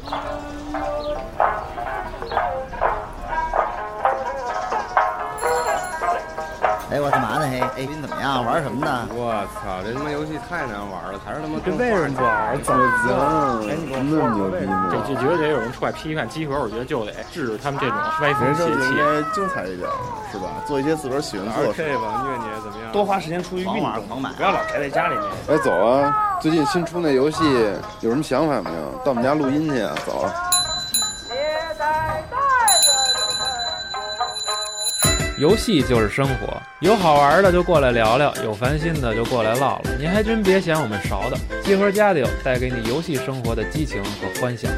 哎，我干嘛呢？嘿，哎，你怎么样？玩什么呢？ 我操，这他妈游戏太难玩了，还是他妈这为什么玩？怎么行？哎，你那么牛逼吗？ 这觉得得有人出来批判集合，我觉得就得制止他们这种歪风邪气。 应该精彩一点，是吧？做一些自个儿喜欢做的事。 2K 吧，虐你怎么样？ 多花时间出去运动， 狂买， 不要老宅在家里面。 哎，走啊！最近新出那游戏有什么想法没有？到我们家录音去啊！走啊！ 游戏就是生活，有好玩的就过来聊聊，有烦心的就过来唠唠。您还真别嫌我们勺的，集合家里有带给你游戏生活的激情和欢笑。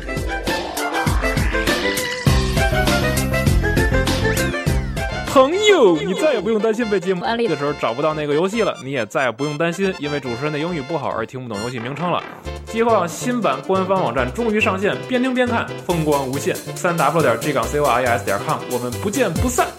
朋友，你再也不用担心被节目安利的时候找不到那个游戏了，你也再也不用担心因为主持人的英语不好而听不懂游戏名称了。集合网新版官方网站终于上线，边听边看，风光无限。3w.g-cores.com， 我们不见不散。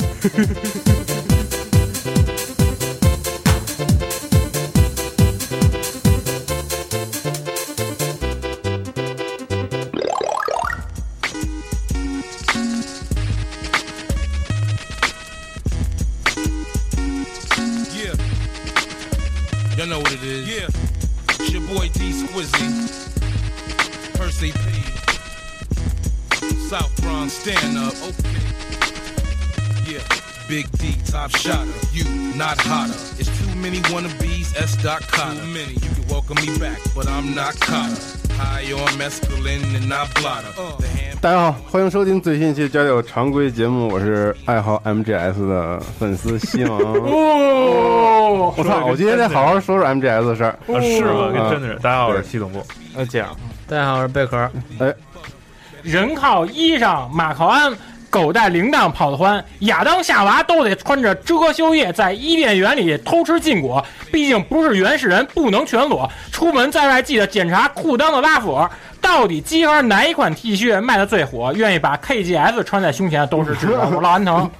Y'all know what it is. Yeah. It's your boy D Squizzy. Percy P. South Bronx stand up. Okay. Yeah. Big D top shotter. You not hotter. It's too many wannabes. S. Cotter. Too many. You can welcome me back, but I'm not Cotter. High on mescaline and not blotter. 大家好，欢迎收听最新一期交流常规节目，我是爱好 MGS 的粉丝西蒙。 哦， 我操！我今天得好好说说 MGS 的事儿。 是吗？跟真的是。大家好，我是系统部。 这样。 大家好，我是贝壳。 哎， 人靠衣裳，马靠鞍。狗带铃铛跑得欢，亚当夏娃都得穿着遮羞叶在伊甸园里偷吃禁果，毕竟不是原始人，不能全裸。出门在外记得检查裤裆的拉锁。到底集合哪一款 T 恤卖的最火？愿意把 KGS 穿在胸前的都是知道我老安藤。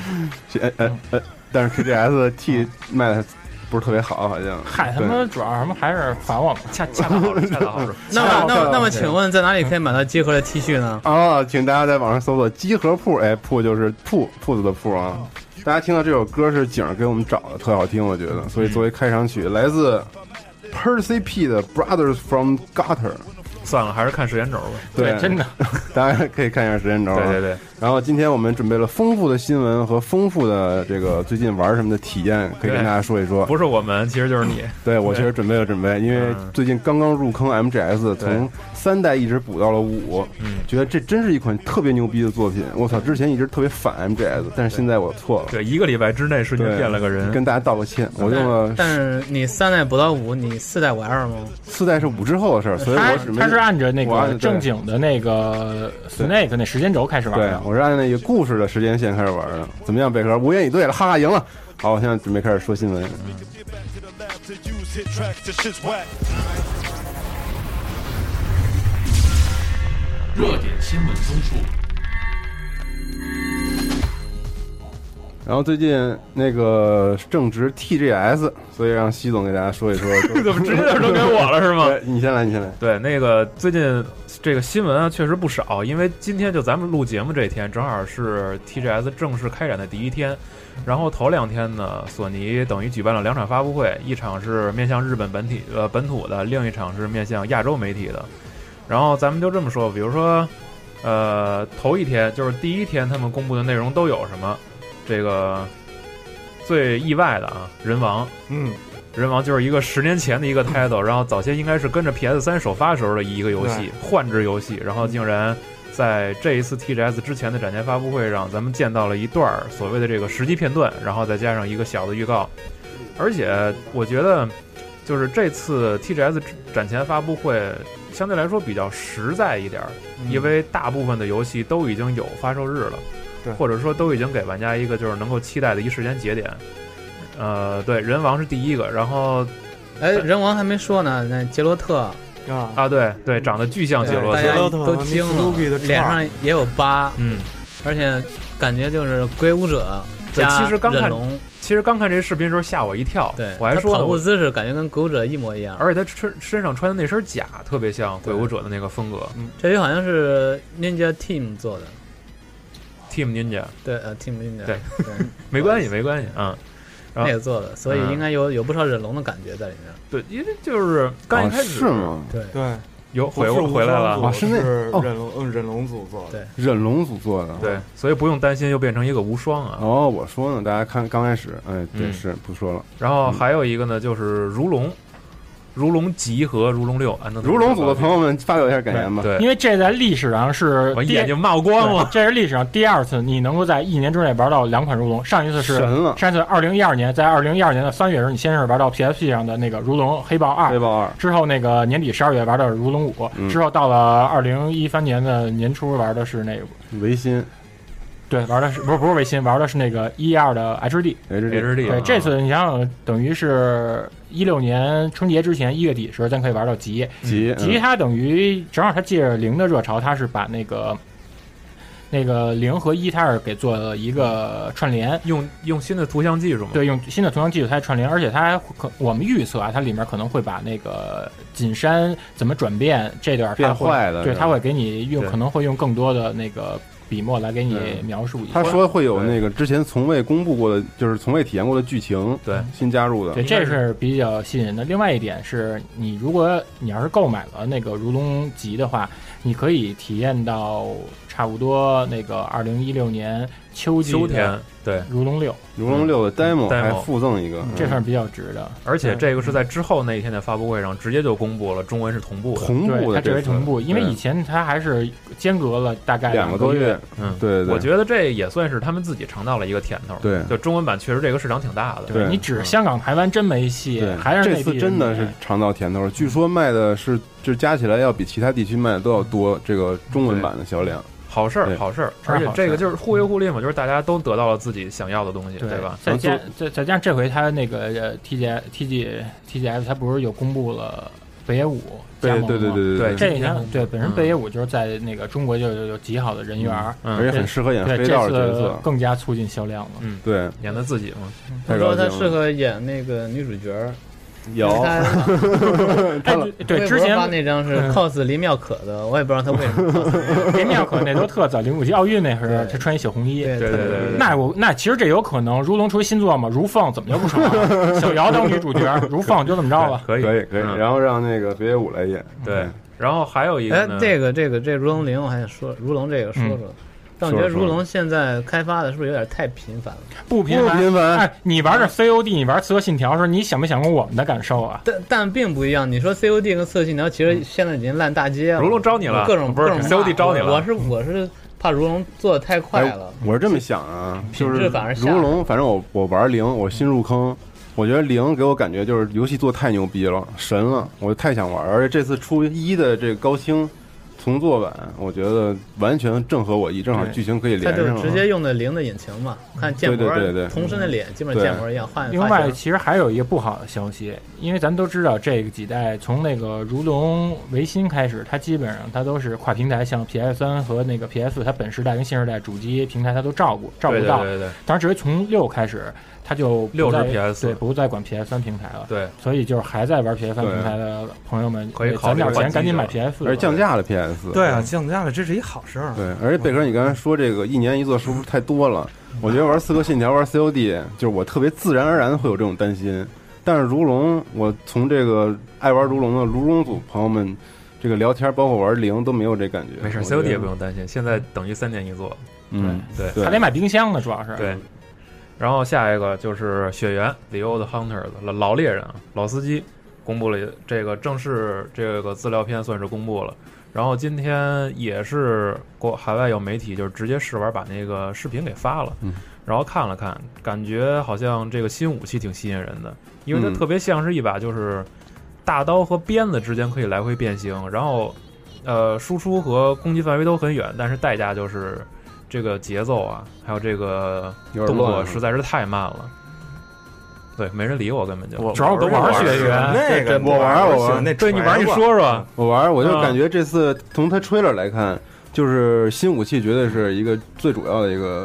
但是 KGS T 卖的不是特别好，好像。 嗨，他们主要什么还是烦我们，恰到好处，恰到好处。 那么，请问在哪里可以买到集合的 T 恤呢？ 请大家在网上搜索集合铺，铺就是铺子的铺啊。大家听到这首歌是景儿给我们找的，特好听，我觉得。所以作为开场曲，来自 Percy P 的 Brothers from Gutter。 算了，还是看时间轴吧。 对， 真的， 大家可以看一下时间轴。 对。 然后今天我们准备了丰富的新闻和丰富的这个最近玩什么的体验，可以跟大家说一说。 不是我们，其实就是你。 对，我其实准备，因为最近刚刚入坑 MGS， 从3代一直补到了5，觉得这真是一款特别牛逼的作品。我操，之前一直特别反 MGS， 但是现在我错了。 对，1个礼拜之内瞬间变了个人。 跟大家道个歉，我用了。 但是你3代补到5，你4代玩了吗 ？4代是5之后的事儿，所以我他是按着那个正经的那个 Snake 那时间轴开始玩的。 对，我是按那个故事的时间线开始玩的。怎么样，贝壳？无言以对了，哈哈，赢了。好，我现在准备开始说新闻。 热点新闻综述。 然后最近那个正值 TGS， 所以让西总给大家说一说。 怎么直接就扔给我了是吗？ 对，你先来。 对，那个最近这个新闻啊确实不少，因为今天就咱们录节目这一天，正好是 TGS 正式开展的第一天。然后头2天呢，索尼等于举办了2场发布会，一场是面向日本本土的，另一场是面向亚洲媒体的。然后咱们就这么说，比如说，头一天就是第一天，他们公布的内容都有什么？这个最意外的啊，人王，人王就是一个10年前的一个 title， 然后早些应该是跟着 PS3 首发时候的一个游戏，换制游戏，然后竟然在这一次 TGS 之前的展前发布会上，咱们见到了一段所谓的这个实际片段，然后再加上一个小的预告。而且我觉得，就是这次 TGS 展前发布会相对来说比较实在一点，因为大部分的游戏都已经有发售日了。 对， 或者说都已经给玩家一个就是能够期待的一时间节点。对，人王是第一个，然后， 人王还没说呢，那杰洛特对，长得巨像杰洛特， 大家都惊了，脸上也有疤，而且感觉就是鬼舞者加忍龙。 其实刚看这视频的时候吓我一跳， 对， 我还说跑步姿势感觉跟鬼武者一模一样， 而且他身上穿的那身甲特别像鬼武者的那个风格。 这好像是 Ninja Team 做的 ，Team Ninja， 对，Team Ninja， 对，没关系啊。 那个做的，所以应该有不少忍龙的感觉在里面。 对，因为就是刚一开始是吗？ 对， 有回来了啊，是那忍龙组做的， 对， 忍龙组做的， 对，所以不用担心又变成一个无双啊。 哦，我说呢，大家看刚开始，哎，对，是不说了。 然后还有一个呢，就是如龙级和如龙6， 如龙组的朋友们发表一下感言吧。 对， 因为这在历史上是我眼睛冒光了， 这是历史上第2次你能够在1年之内玩到2款如龙。上一次是2012年，在2012年的3月时，你先是玩到 PSP 上的那个如龙黑豹2，之后那个年底12月玩的如龙5，之后到了2013年的年初玩的是那个维新。 对，玩的是不是维新，玩的是那个1.2的 HD。对，这次你想想，等于是16年春节之前1月底的时候，咱可以玩到极，它等于正好它借着0的热潮，它是把那个0和1，它是给做了一个串联， 用新的图像技术嘛？ 对，用新的图像技术它串联，而且它我们预测啊，它里面可能会把那个锦山怎么转变这段变坏的， 对，它会给你可能会用更多的那个笔墨来给你描述一下。 他说会有那个之前从未公布过的，就是从未体验过的剧情， 对， 新加入的。 对，这是比较吸引人的。另外一点是，如果你要是购买了那个如龙级的话，你可以体验到差不多那个2016年秋天，对， 如龙 6的 demo 还附赠一个， 这算是比较值的。 而且这个是在之后那一天的发布会上直接就公布了，中文是同步的， 对，它这为同步，因为以前它还是间隔了大概 2个多月。对， 我觉得这也算是他们自己尝到了一个甜头。 对， 就中文版确实这个市场挺大的。 对，你指香港、台湾真没戏，还是这次真的是尝到甜头。据说卖的是就加起来要比其他地区卖的都要多，这个中文版的销量。 好事儿，而且这个就是互惠互利嘛，就是大家都得到了自己想要的东西，对吧？ 再加上这回他那个 TGS 他不是有公布了北野武加盟吗？ 对， 这一场对本身北野武就是在那个中国就有极好的人缘， 而且很适合演黑道的角色， 更加促进销量了。 对， 演他自己嘛。 他说他适合演那个女主角。 有， 对，之前发那张是 cos 林妙可的，我也不知道他为什么 cos 林妙可那都特早，05届奥运那时候他穿一小红衣， 对。 那其实这有可能，如龙出新作嘛，如凤怎么就不成了？小瑶当女主角，如凤就这么着吧？ 可以，然后让那个北野武来演。 对，然后还有一个， 这如龙0我还想说，如龙这个说。但我觉得如龙现在开发的是不是有点太频繁了？ 不频繁。哎，你玩着 COD， 你玩刺客信条的时候，你想没想过我们的感受啊？ 但并不一样。你说 COD 跟刺客信条，其实现在已经烂大街了。 如龙招你了， 各种 COD 招你了。 我是怕如龙做的太快了。 我是这么想啊，就是如龙，反正我玩0，我新入坑。我觉得0给我感觉就是游戏做太牛逼了，神了，我太想玩。而且这次出1的这个高清重做版，我觉得完全正合我意，正好剧情可以连上。 他就直接用的0的引擎嘛，看建模同身的脸，基本上建模一样换。 另外，其实还有一个不好的消息，因为咱们都知道这个几代从那个如龙维新开始，它基本上它都是跨平台，像 PS3 和那个 PS4，它本时代跟新时代主机平台它都照顾到。 对。 当然，至于从6开始。他就 6是 PS， 对，不再管 PS3 平台了。 对， 所以就是还在玩 PS3 平台的朋友们， 可以攒点钱赶紧买 PS4。 而且降价了 PS4。 对啊，降价了，这是一好事儿。 对，而且贝壳，你刚才说这个1年1作是不是太多了？我觉得玩刺客信条、玩 COD， 就是我特别自然而然会有这种担心。但是如龙，我从这个爱玩如龙的如龙组朋友们这个聊天，包括玩0都没有这感觉。 没事 ，COD 也不用担心，现在等于3年1作。对， 还得买冰箱呢，主要是。 对。然后下一个就是雪原 The Old Hunters 老猎人老司机公布了这个正式这个资料片，算是公布了。然后今天也是海外有媒体就是直接试玩把那个视频给发了，然后看了看，感觉好像这个新武器挺吸引人的，因为它特别像是一把就是大刀和鞭子之间可以来回变形，然后输出和攻击范围都很远，但是代价就是这个节奏啊，还有这个动作实在是太慢了。对，没人理我，根本就主要都玩雪原。 那个我玩那对你玩，你说说。 我玩，我就感觉这次从他 trailer 来看，就是新武器绝对是一个最主要的一个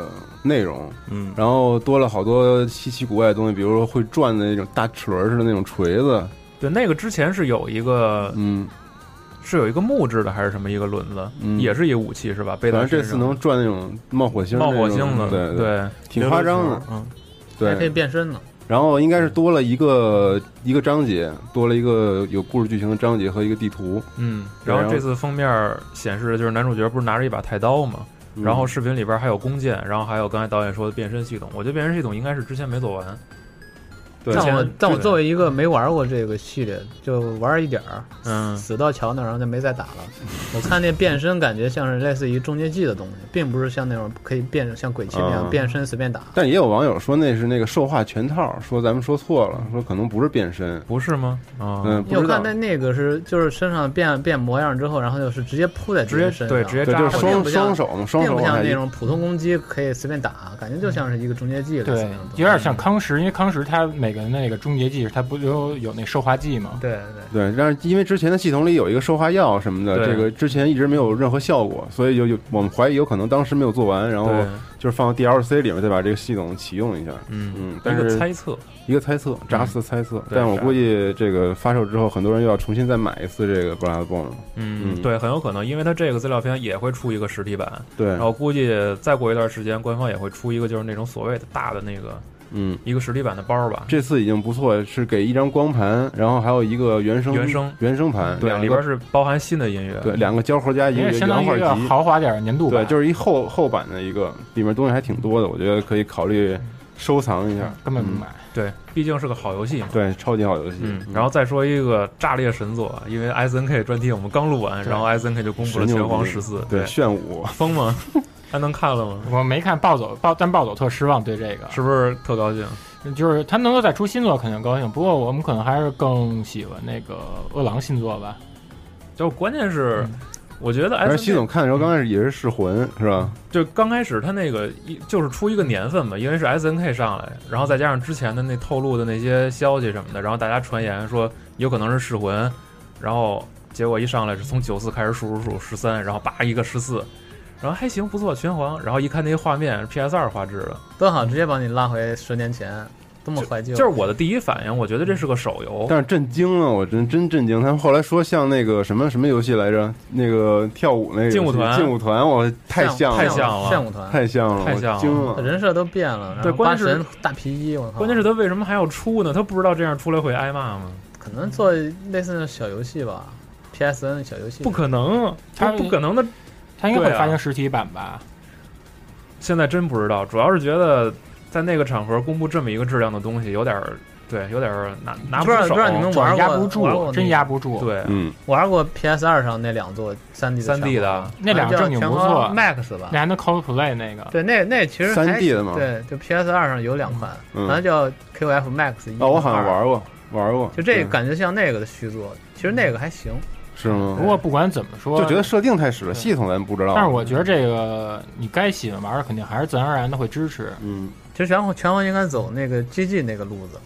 内容，然后多了好多稀奇古怪的东西，比如说会转的那种大齿轮似的那种锤子。 对，那个之前是有一个，是有一个木质的还是什么一个轮子，也是一个武器是吧？背到身上。 反正这次能转那种冒火星的，对， 挺夸张的，对， 还可以变身呢。 然后应该是多了一个章节，多了一个有故事剧情的章节和一个地图。 然后这次封面显示的就是男主角不是拿着一把太刀嘛，然后视频里边还有弓箭，然后还有刚才导演说的变身系统。我觉得变身系统应该是之前没做完。 但我作为一个没玩过这个系列，就玩一点儿，死到桥那儿，然后就没再打了。我看那变身感觉像是类似于终结技的东西，并不是像那种可以变像鬼泣那样变身随便打。 但也有网友说那是那个兽化全套，说咱们说错了，说可能不是变身， 不是吗？ 因为我看那个是就是身上变模样之后，然后就是直接扑在敌人身上， 对，直接扎， 就是双手嘛， 并不像那种普通攻击可以随便打，感觉就像是一个终结技。 对，有点像康石，因为康石它每个那个终结技它不有那受化剂吗？ 对， 但是因为之前的系统里有一个受化药什么的，这个之前一直没有任何效果，所以我们怀疑有可能当时没有做完，然后就是放到 DLC 里面再把这个系统启用一下。但是一个猜测，扎斯猜测。但我估计这个发售之后，很多人又要重新再买一次这个 Bloodborne。 对，很有可能，因为它这个资料片也会出一个实体版。 对， 然后估计再过一段时间，官方也会出一个就是那种所谓的大的那个。一个实体版的包吧， 这次已经不错，是给一张光盘，然后还有一个原声盘， 对，里边是包含新的音乐， 对，两个胶盒加一个相当于一个豪华点年度版，对，就是一后版的一个，里面东西还挺多的，我觉得可以考虑收藏一下， 根本不买， 对，毕竟是个好游戏嘛， 对，超级好游戏。 然后再说一个炸裂神作，因为 SNK 专题我们刚录完，然后 SNK 就公布了《拳皇14》， 对，炫舞， 疯吗？还能看了吗？ 我没看但暴走特失望，对这个是不是特高兴？ 就是他能够再出新作肯定高兴，不过我们可能还是更喜欢那个饿狼新作吧。 就关键是，我觉得而系统看的时候刚开始也是噬魂是吧？ 就刚开始他那个就是出一个年份嘛，因为是 SNK 上来，然后再加上之前的那透露的那些消息什么的，然后大家传言说有可能是噬魂，然后结果一上来是从94开始数13，然后叭一个14。然后还行，不错，拳皇。然后一看那些画面 PS2 画质的， 多好，直接把你拉回10年前，多么怀旧。 就是我的第一反应，我觉得这是个手游， 但是震惊了，我真震惊。他们后来说像那个什么游戏来着，那个跳舞那个劲舞团，我太像了， 炫舞团太像了，惊了， 人设都变了。 对，关键是大皮衣，我靠。 关键是他为什么还要出呢？他不知道这样出来会挨骂吗？ 可能做类似的小游戏吧 ，PSN 小游戏。 不可能，他不可能的。 他应该会发行实体版吧？ 现在真不知道，主要是觉得在那个场合公布这么一个质量的东西，有点拿不出手。 不知道你们玩过？ 压不住，真压不住。 对， 玩过 PS2 上那两座3D 的， 那两正经不错 ，Max 吧？ 那还能 cosplay 那个？ 对，那其实 3D 的嘛。 对，就 PS2 上有2款，好像叫 KOF Max 1。 哦，我好像玩过。 就这个感觉像那个的续作，其实那个还行。 是吗？ 不过不管怎么说， 就觉得设定太屎了，系统咱不知道。 但是我觉得这个你该喜欢玩的，肯定还是自然而然的会支持。 其实拳皇应该走那个 GG 那个路子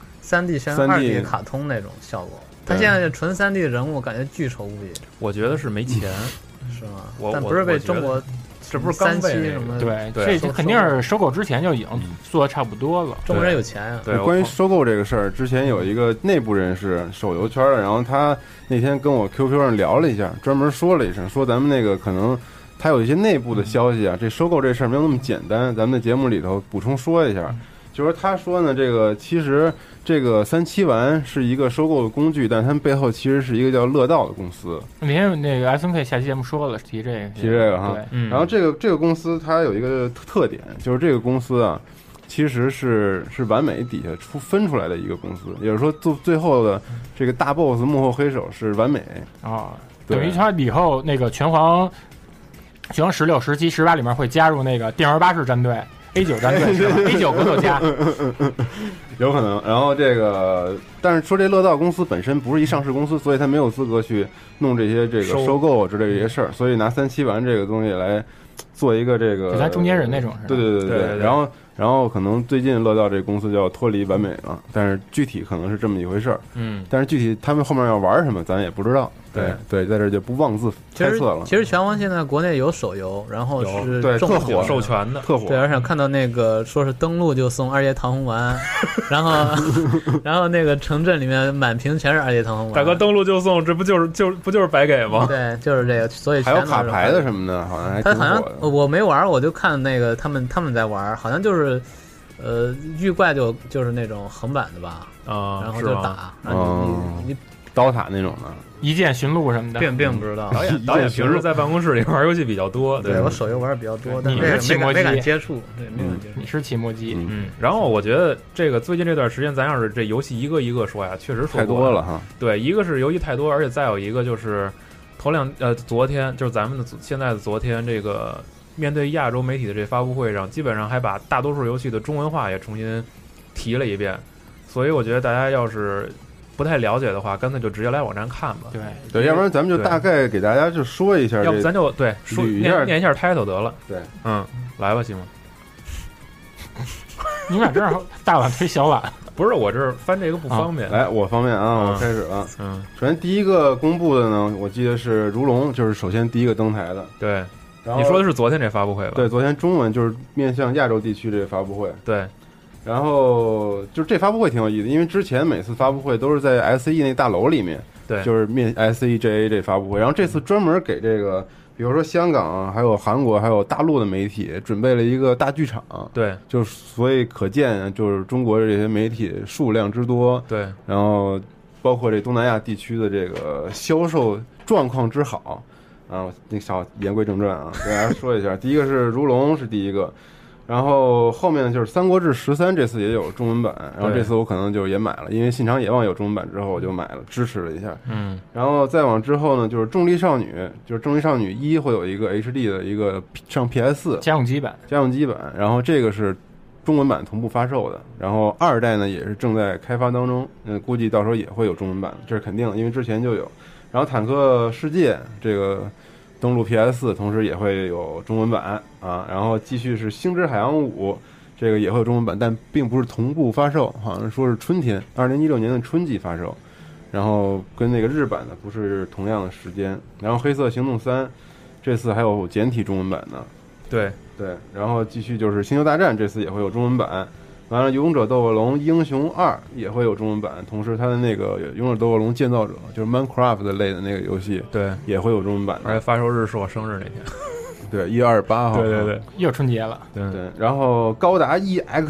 ，3D 像2D 卡通那种效果。他现在纯3D 的人物，感觉巨丑无比。 我觉得是没钱， 是吗？但不是被中国。 这不是刚 3期什么？ 对，这肯定是收购之前就已经做的差不多了。 中国人有钱啊！ 对，关于收购这个事儿，之前有一个内部人士，手游圈的，然后他那天跟我 QQ 上聊了一下，专门说了一声，说咱们那个可能他有一些内部的消息啊，这收购这事儿没有那么简单，咱们在节目里头补充说一下。就是他说呢，这个其实这个377丸是一个收购的工具，但他们背后其实是一个叫乐道的公司。 那天那个 SNK 下期节目说了，提这个哈。然后这个公司它有一个特点，就是这个公司啊，其实是完美底下分出来的一个公司，也就是说最后的这个大 boss 幕后黑手是完美啊，等于他以后那个拳皇16、17、18里面会加入那个电玩巴士战队。A9 战队是吧？A9 骨头家， 有可能。然后这个，但是说这乐道公司本身不是一上市公司，所以他没有资格去弄这些这个收购之类的这些事儿，所以拿377丸这个东西来做一个这个， 就咱中间人那种是吧？ 对。然后可能最近乐道这个公司就要脱离完美了，但是具体可能是这么一回事儿。但是具体他们后面要玩什么，咱也不知道。 对，在这就不妄自猜测了。 其实拳王现在国内有手游，然后是对特火授权的， 特火。 对，而且看到那个说是登录就送2节糖红丸，然后那个城镇里面满屏全是2节糖红丸。 大哥登录就送，这不就是白给吗？ 对，就是这个，所以还有卡牌的什么的，好像还挺火的。 他好像我没玩，我就看那个他们在玩，好像就是遇怪就是那种横版的吧，然后就打，然后你刀塔那种的。 一键寻路什么的， 并不知道。 导演平时在办公室里玩游戏比较多， 对我手游玩的比较多，但你是起摸机， 没敢接触，对，没敢接触。 你是起摸机， 然后我觉得这个最近这段时间，咱要是这游戏一个一个说呀，确实说太多了哈。 对，一个是游戏太多，而且再有一个就是昨天就是咱们的现在的昨天，这个面对亚洲媒体的这发布会上，基本上还把大多数游戏的中文化也重新提了一遍，所以我觉得大家要是不太了解的话，干脆就直接来网站看吧。 对，要不然咱们就大概给大家就说一下， 要不咱就对念一下 title 得了。 对， 来吧，行吗？ 你们俩这样大碗推小碗， 不是我这翻这个不方便。 来，我方便啊，我开始了。首先第一个公布的呢，我记得是如龙，就是首先第一个登台的。 对，你说的是昨天这发布会吧？ 对，昨天中文就是面向亚洲地区这个发布会。 对。 然后就是这发布会挺有意思，因为之前每次发布会都是在 SE 那大楼里面， 对， 就是面 SEJA 这发布会。然后这次专门给这个，比如说香港、还有韩国、还有大陆的媒体准备了一个大剧场， 对， 就是所以可见就是中国这些媒体数量之多， 对， 然后包括这东南亚地区的这个销售状况之好啊。那小言归正传啊，给大家说一下，第一个是如龙是第一个。然后后面就是《三国志13》，这次也有中文版，然后这次我可能就也买了，因为《信长野望》有中文版之后，我就买了，支持了一下。然后再往之后呢，就是《重力少女》，就是《重力少女1》会有一个 HD 的一个上 PS4 家用机版， 然后这个是中文版同步发售的，然后2代呢也是正在开发当中，估计到时候也会有中文版，这是肯定的，因为之前就有。然后《坦克世界》这个登陆 PS4， 同时也会有中文版啊，然后继续是《星之海洋5》，这个也会有中文版，但并不是同步发售，好像说是春天，2016年的春季发售，然后跟那个日版的不是同样的时间。然后《黑色行动3》这次还有简体中文版的， 对， 然后继续就是《星球大战》这次也会有中文版。完了，《勇者斗恶龙英雄2》也会有中文版，同时它的那个《勇者斗恶龙建造者》就是 Minecraft 的类的那个游戏， 对， 也会有中文版。 而且发售日是我生日那天， 对，1月28号， 对， 又春节了， 对。然后高达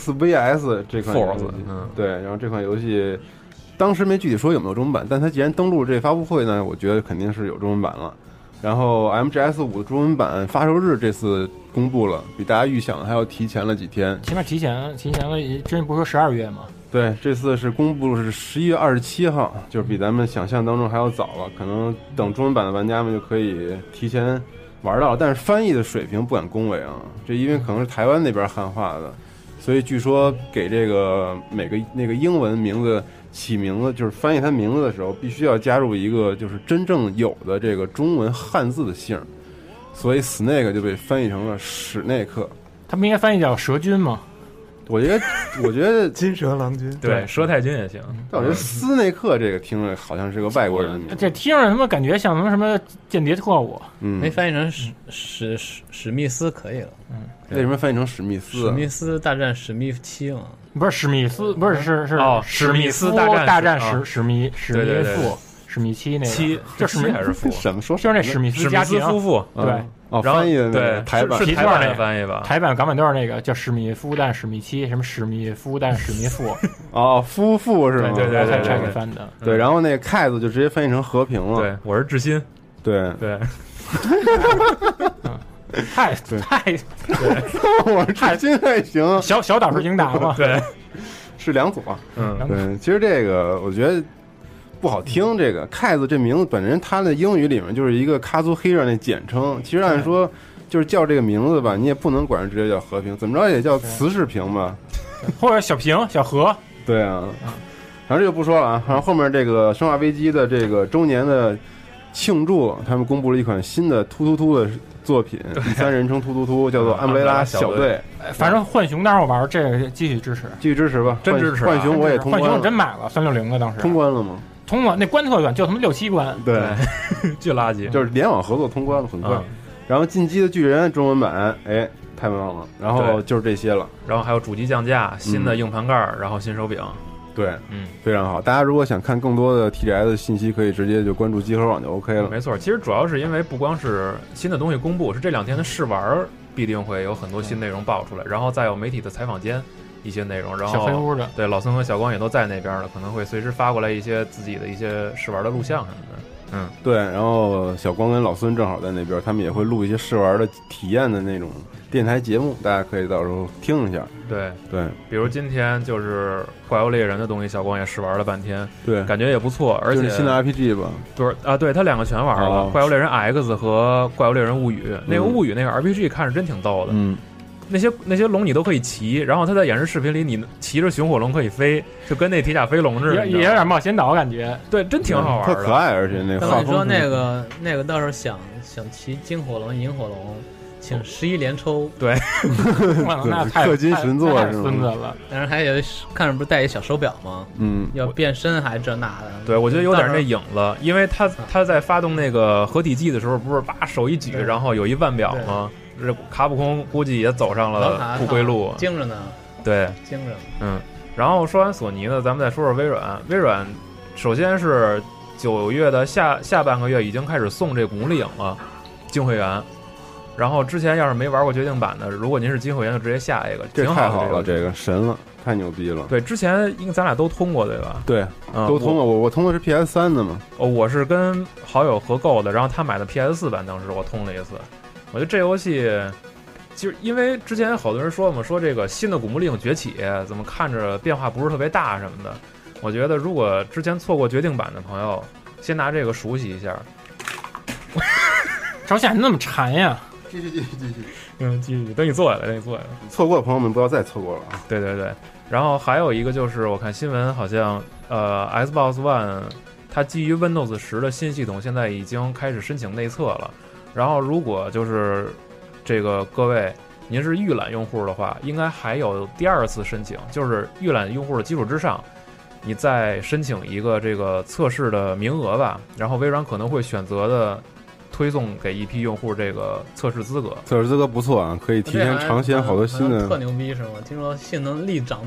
EXVS 这款游戏，对，然后这款游戏当时没具体说有没有中文版，但它既然登陆这发布会呢，我觉得肯定是有中文版了。然后 MGS5 的中文版发售日这次公布了，比大家预想的还要提前了几天， 起码提前了，之前不是说12月吗？ 对，这次是公布是11月27号，就是比咱们想象当中还要早了，可能等中文版的玩家们就可以提前玩到了。但是翻译的水平不敢恭维啊，这因为可能是台湾那边汉化的，所以据说给这个每个那个英文名字起名字，就是翻译它名字的时候，必须要加入一个就是真正有的这个中文汉字的姓，所以 Snake 就被翻译成了史内克。 他们应该翻译叫蛇君吗？ 我觉得金蛇郎君， 对，佘太君也行。 但我觉得斯内克这个听着好像是个外国人的名字， 这听着他妈感觉像什么间谍特务， 没翻译成史密斯可以了。 为什么翻译成史密斯？ 史密斯大战史密7嘛？ 不是史密斯，不是是史密斯大战史密夫。史密7那个，这史密还是夫？ 什么说？ 就是那史密斯家庭夫妇， 对。 翻译的对台版是台版的翻译吧？ 台版港版都是那个叫史密夫但史密7，什么史密夫但史密夫。 夫妇是吗？ 对，拆给翻的。 对，然后那个凯子就直接翻译成和平了。 对，我是志新。 对。 太， 我是志新还行。 小岛是英达嘛？ 对， 是两组。对，其实这个我觉得不好听，这个凯子这名字本人他的英语里面就是一个 Kazuhira 那简称，其实按说就是叫这个名字吧，你也不能管人直接叫和平，怎么着也叫慈世平吧， 或者小平、小和。 对啊，然后这就不说了啊。然后后面这个生化危机的这个周年的庆祝，他们公布了一款新的突的作品，第3人称突，叫做安布雷拉小队。 反正浣熊当时我玩这个继续支持吧， 真支持。 浣熊我也通关了， 浣熊我真买了360的，当时通关了吗？ 通关那关特短，就他妈6-7关， 对， 巨垃圾， 就是联网合作通关很快。然后进击的巨人中文版，哎，太棒了。然后就是这些了， 然后还有主机降价，新的硬盘盖，然后新手柄。 对，非常好。大家如果想看更多的 TGS 信息，可以直接就关注集合网就 OK 了。 没错，其实主要是因为不光是新的东西公布，是这2天的试玩必定会有很多新内容爆出来，然后再有媒体的采访间一些内容，然后小黑屋的， 对，老孙和小光也都在那边了，可能会随时发过来一些自己的一些试玩的录像什么的。 对，然后小光跟老孙正好在那边，他们也会录一些试玩的体验的那种电台节目，大家可以到时候听一下。 对， 比如今天就是怪物猎人的东西，小光也试玩了半天， 对， 感觉也不错，而且新的 RPG 吧， 对啊，对他2个全玩了，怪物猎人 X 和怪物猎人物语。那个物语那个 RPG 看着真挺逗的，那些龙你都可以骑，然后他在演示视频里，你骑着熊火龙可以飞，就跟那铁甲飞龙似的， 也有点冒险岛感觉。 对，真挺好玩的， 特可爱，而且那个画风。 你说那个倒是想骑金火龙、银火龙，请11连抽。 对， 那太氪金神作是孙子了。 但是还有看着不是带一小手表吗？要变身还这那的。 对，我觉得有点那影子，因为他在发动那个合体技的时候，不是把手一举，然后有一腕表吗？这卡普空估计也走上了不归路， 精着呢。 对， 精着。 然后说完索尼呢，咱们再说说微软。微软首先是9月的下半个月已经开始送这《古墓丽影》了，金会员。然后之前要是没玩过决定版的，如果您是金会员，就直接下一个， 这太好了， 这个神了，太牛逼了。 对，之前应该咱俩都通过对吧？ 对，都通过。我通的是 PS3 的嘛。 我是跟好友合购的，然后他买的 PS4 版，当时我通了一次。我觉得这游戏，就是因为之前好多人说嘛，说这个新的《古墓丽影》崛起，怎么看着变化不是特别大什么的。我觉得如果之前错过决定版的朋友，先拿这个熟悉一下。 朝夏你那么馋呀？ 继续， 继续，等你坐下来， 错过的朋友们不要再错过了啊！ 对。然后还有一个就是，我看新闻好像Xbox One 它基于 Windows 10的新系统现在已经开始申请内测了。然后如果就是这个各位您是预览用户的话，应该还有第2次申请，就是预览用户的基础之上，你再申请一个这个测试的名额吧。然后微软可能会选择的推送给一批用户这个测试资格。 测试资格不错啊，可以提前尝鲜好多新的。 特牛逼是吗？听说性能力涨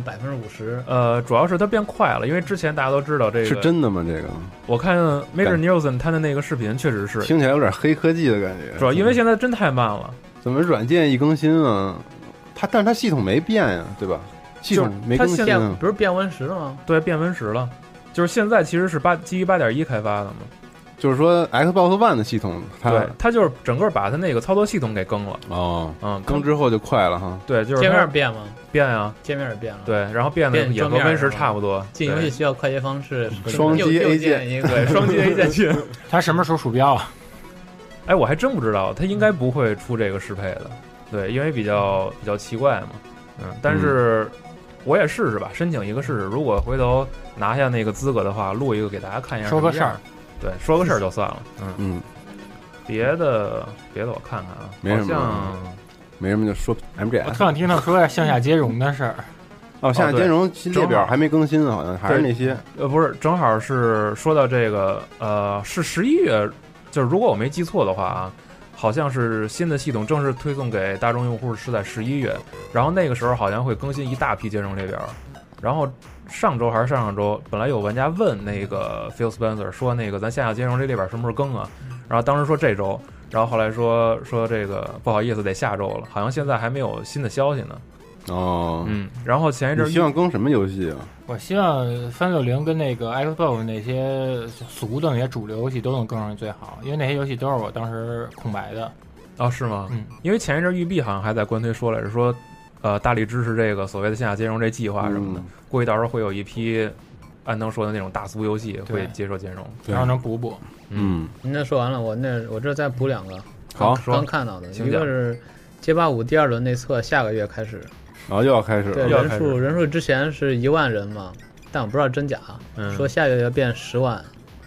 50%。 主要是它变快了，因为之前大家都知道这个是真的吗？这个我看 Major Nielsen 他的那个视频确实是听起来有点黑科技的感觉。 主要因为现在真太慢了， 怎么软件一更新啊？但是它系统没变呀，对吧？系统没更新啊， 不是变Win10了吗？ 对，变Win10了，就是现在其实是基于 8.1 开发的嘛。 就是说 Xbox One 的系统， 它就是整个把它那个操作系统给更了。 更之后就快了哈。 对，就是界面变吗？ 变啊， 界面也变了。 对，然后变得也和 Win10差不多。 进游戏需要快捷方式， 双击 A 键一个， 对，双击 A 键去。 它什么时候鼠标啊？ 哎，我还真不知道，它应该不会出这个适配的。对，因为比较奇怪嘛。但是我也试试吧，申请一个试试。如果回头拿下那个资格的话，录一个给大家看一下。 说个事儿。 对，说个事儿就算了。别的我看看啊， 没什么就说 MGS。 我特想听他说向下兼容的事儿。 向下兼容新列表还没更新，好像还是那些。 不是，正好是说到这个，是11月，就是如果我没记错的话啊，好像是新的系统正式推送给大众用户是在11月，然后那个时候好像会更新一大批兼容列表，然后。上周还是上周，本来有玩家问那个 Phil Spencer 说那个咱线下兼容这列表什么时候更啊？然后当时说这周，然后后来说这个不好意思得下周了，好像现在还没有新的消息呢。然后前一阵你希望更什么游戏啊？ 我希望360跟那个 Xbox 那些俗的那些主流游戏都能更上最好，因为那些游戏都是我当时空白的。 哦，是吗？因为前一阵育碧好像还在官推说来着，说大力支持这个所谓的线下兼容这计划什么的，估计到时候会有一批安藤说的那种大俗游戏会接受兼容， 然后能补。 您这说完了，我这再补2个。 好， 刚看到的一个是街霸5第2轮内测，下个月开始。 然后又要开始了。 对，人数之前是1万人嘛，但我不知道真假。说下个月要变10万。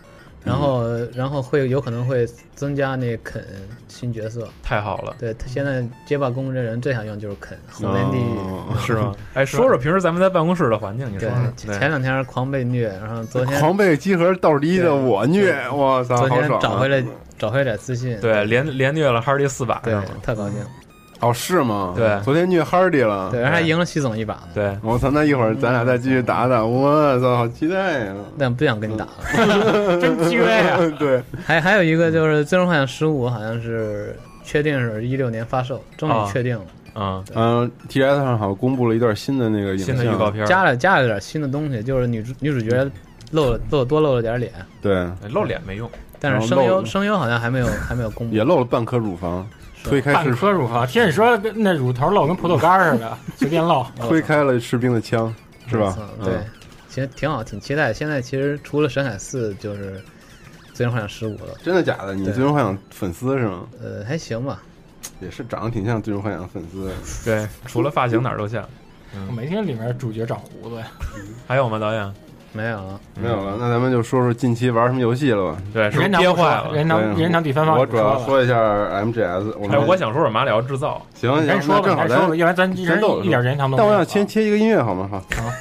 然后会有可能会增加那肯新角色， 太好了。 对他现在街霸公这人最想用就是肯红莲地是吗？哎，说说平时咱们在办公室的环境，你说对前2天狂被虐，然后昨天狂被集合倒数第一的我虐，我操， 昨天好爽啊！ 找回点自信， 对，连虐了哈迪4把， 对，特高兴。 哦，是吗？ 对， 昨天虐哈迪了， 对，还赢了西总1把呢。 对， 我操，那一会儿咱俩再继续打打，我操，好期待呀！ 但不想跟你打了， 真激烈啊！ 对，还有一个就是《最终幻想15》，好像是确定是16年发售，终于确定了。 TGS 上好像公布了一段新的那个新的预告片， 加了点新的东西，就是女主角露了点脸， 对， 露脸没用， 但是声优好像还没有公布， 也露了半颗乳房。推开半颗乳房，听你说那乳头露跟葡萄干似的，随便露。 推开了士兵的枪，是吧？ 对，其实挺好，挺期待。现在其实除了神海4，就是最终幻想15了。 真的假的？你最终幻想粉丝是吗？ 还行吧， 也是长得挺像最终幻想粉丝的。 对，除了发型哪儿都像。 我没听里面主角长胡子呀。 还有吗，导演？ 没有了， 那咱们就说说近期玩什么游戏了吧？ 对，是憋坏了。 人堂第3方， 我主要说一下 MGS。 我想说说马里奥制造。 行， 咱说吧， 正好咱要不然咱一点人堂都没有。 但我想先切一个音乐，好吗？好。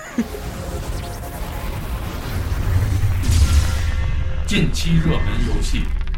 近期热门游戏。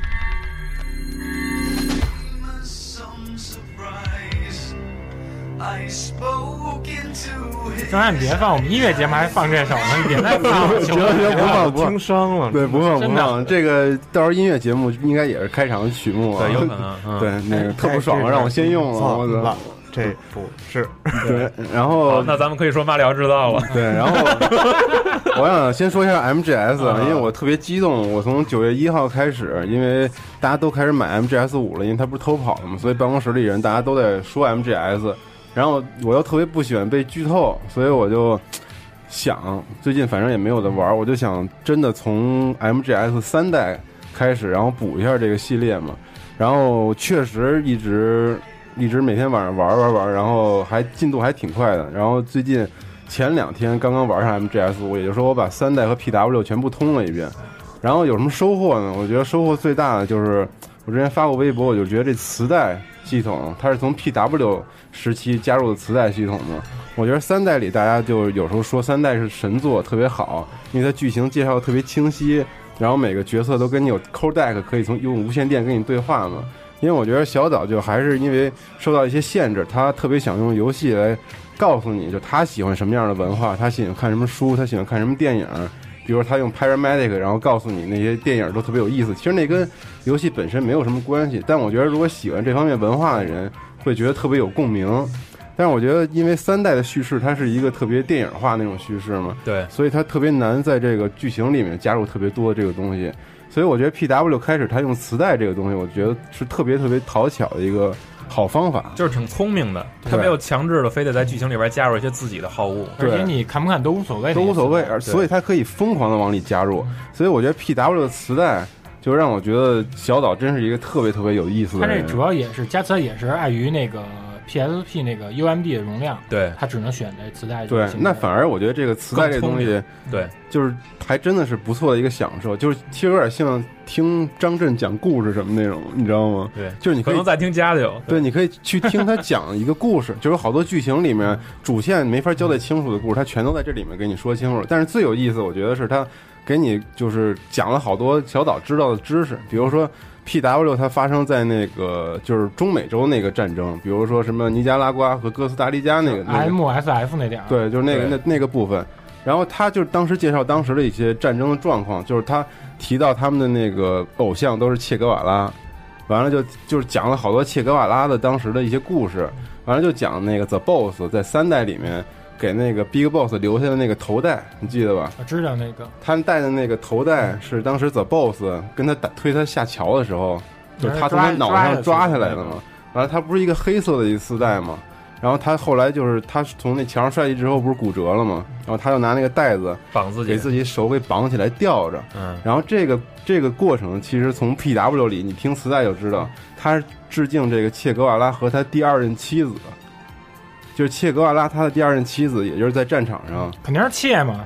张翰，你别放，我们音乐节目还放这首呢，你别再放了。 行，不放， 听伤了。 对，不放。这个到时候音乐节目应该也是开场曲目啊。 对，有可能。 对，那个特不爽了，让我先用了。我操， 这不是对。然后， 那咱们可以说马里奥制造了。 对，然后我想先说一下 MGS，因为我特别激动。我从9月1号开始，因为大家都开始买 MGS 5了，因为它不是偷跑了嘛，所以办公室里人大家都在说 MGS。然后我又特别不喜欢被剧透，所以我就想，最近反正也没有的玩，我就想真的从 MGS 3代开始，然后补一下这个系列嘛。然后确实一直每天晚上玩，然后还进度还挺快的。然后最近前2天刚刚玩上 MGS5，也就是说我把3代和 PW 全部通了一遍。然后有什么收获呢？我觉得收获最大的就是我之前发过微博，我就觉得这磁带系统它是从 PW 时期加入的磁带系统嘛。我觉得3代里大家就有时候说3代是神作，特别好，因为它剧情介绍特别清晰，然后每个角色都跟你有 codec 可以用无线电跟你对话嘛。因为我觉得小岛就还是因为受到一些限制，他特别想用游戏来告诉你就他喜欢什么样的文化，他喜欢看什么书，他喜欢看什么电影。比如他用 Paramedic 然后告诉你那些电影都特别有意思，其实那跟游戏本身没有什么关系，但我觉得如果喜欢这方面文化的人会觉得特别有共鸣。但是我觉得因为3代的叙事它是一个特别电影化那种叙事嘛， 对， 所以它特别难在这个剧情里面加入特别多的这个东西。所以我觉得 PW 开始他用磁带这个东西，我觉得是特别讨巧的一个好方法， 就是挺聪明的，他没有强制的非得在剧情里边加入一些自己的好物， 而且你看不看都无所谓， 所以他可以疯狂的往里加入。所以我觉得 PW 的磁带就让我觉得小岛真是一个特别有意思的人。 他这主要也是加磁带，也是碍于那个 PSP 那个 UMD 的容量， 对， 他只能选这磁带。 对，那反而我觉得这个磁带这东西， 对， 就是还真的是不错的一个享受，就是其实有点像听张震讲故事什么那种，你知道吗？ 对， 就是你可能在听家里， 对，你可以去听他讲一个故事，就是好多剧情里面主线没法交代清楚的故事，他全都在这里面给你说清楚了。但是最有意思，我觉得是他给你就是讲了好多小岛知道的知识，比如说。PW 它发生在那个就是中美洲那个战争，比如说什么尼加拉瓜和哥斯达黎加那个 MSF 那点， 对，就是那个部分。然后他就是当时介绍当时的一些战争的状况，就是他提到他们的那个偶像都是切格瓦拉，完了就是讲了好多切格瓦拉的当时的一些故事，完了就讲那个 The Boss 在3代里面给那个 Big Boss 留下的那个头带，你记得吧？ 我知道那个， 他戴的那个头带是当时 The Boss 跟他推他下桥的时候，就是他从他脑袋上抓下来的嘛。完了，他不是一个黑色的一个丝带嘛？然后他后来就是他从那墙上摔下去之后，不是骨折了嘛？然后他又拿那个带子绑自己， 给自己手给绑起来吊着。然后这个过程其实从 PW 里你听磁带就知道，他是致敬这个切格瓦拉和他第2任妻子。就是切格瓦拉他的第2任妻子，也就是在战场上， 肯定是切嘛。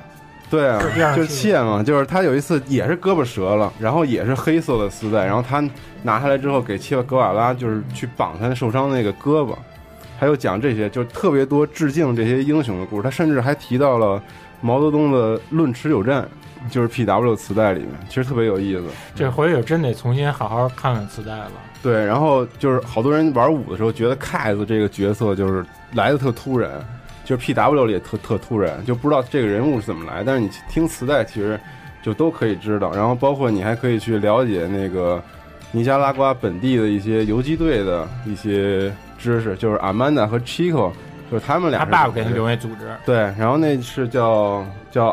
对啊，就是切嘛，就是他有一次也是胳膊折了，然后也是黑色的丝带，然后他拿下来之后给切格瓦拉就是去绑他受伤那个胳膊，还有讲这些就特别多致敬这些英雄的故事，他甚至还提到了毛泽东的《论持久战》，就是 PW 磁带里面，其实特别有意思。 这回有真得重新好好看看磁带了。 对，然后就是好多人玩武的时候觉得 Kaz 这个角色就是来的特突然，就是 PW 里也特突然，就不知道这个人物是怎么来，但是你听磁带其实就都可以知道，然后包括你还可以去了解那个尼加拉瓜本地的一些游击队的一些知识，就是阿曼达和 Chico， 就是他们俩， 他爸爸给他留那组织， 对，然后那是叫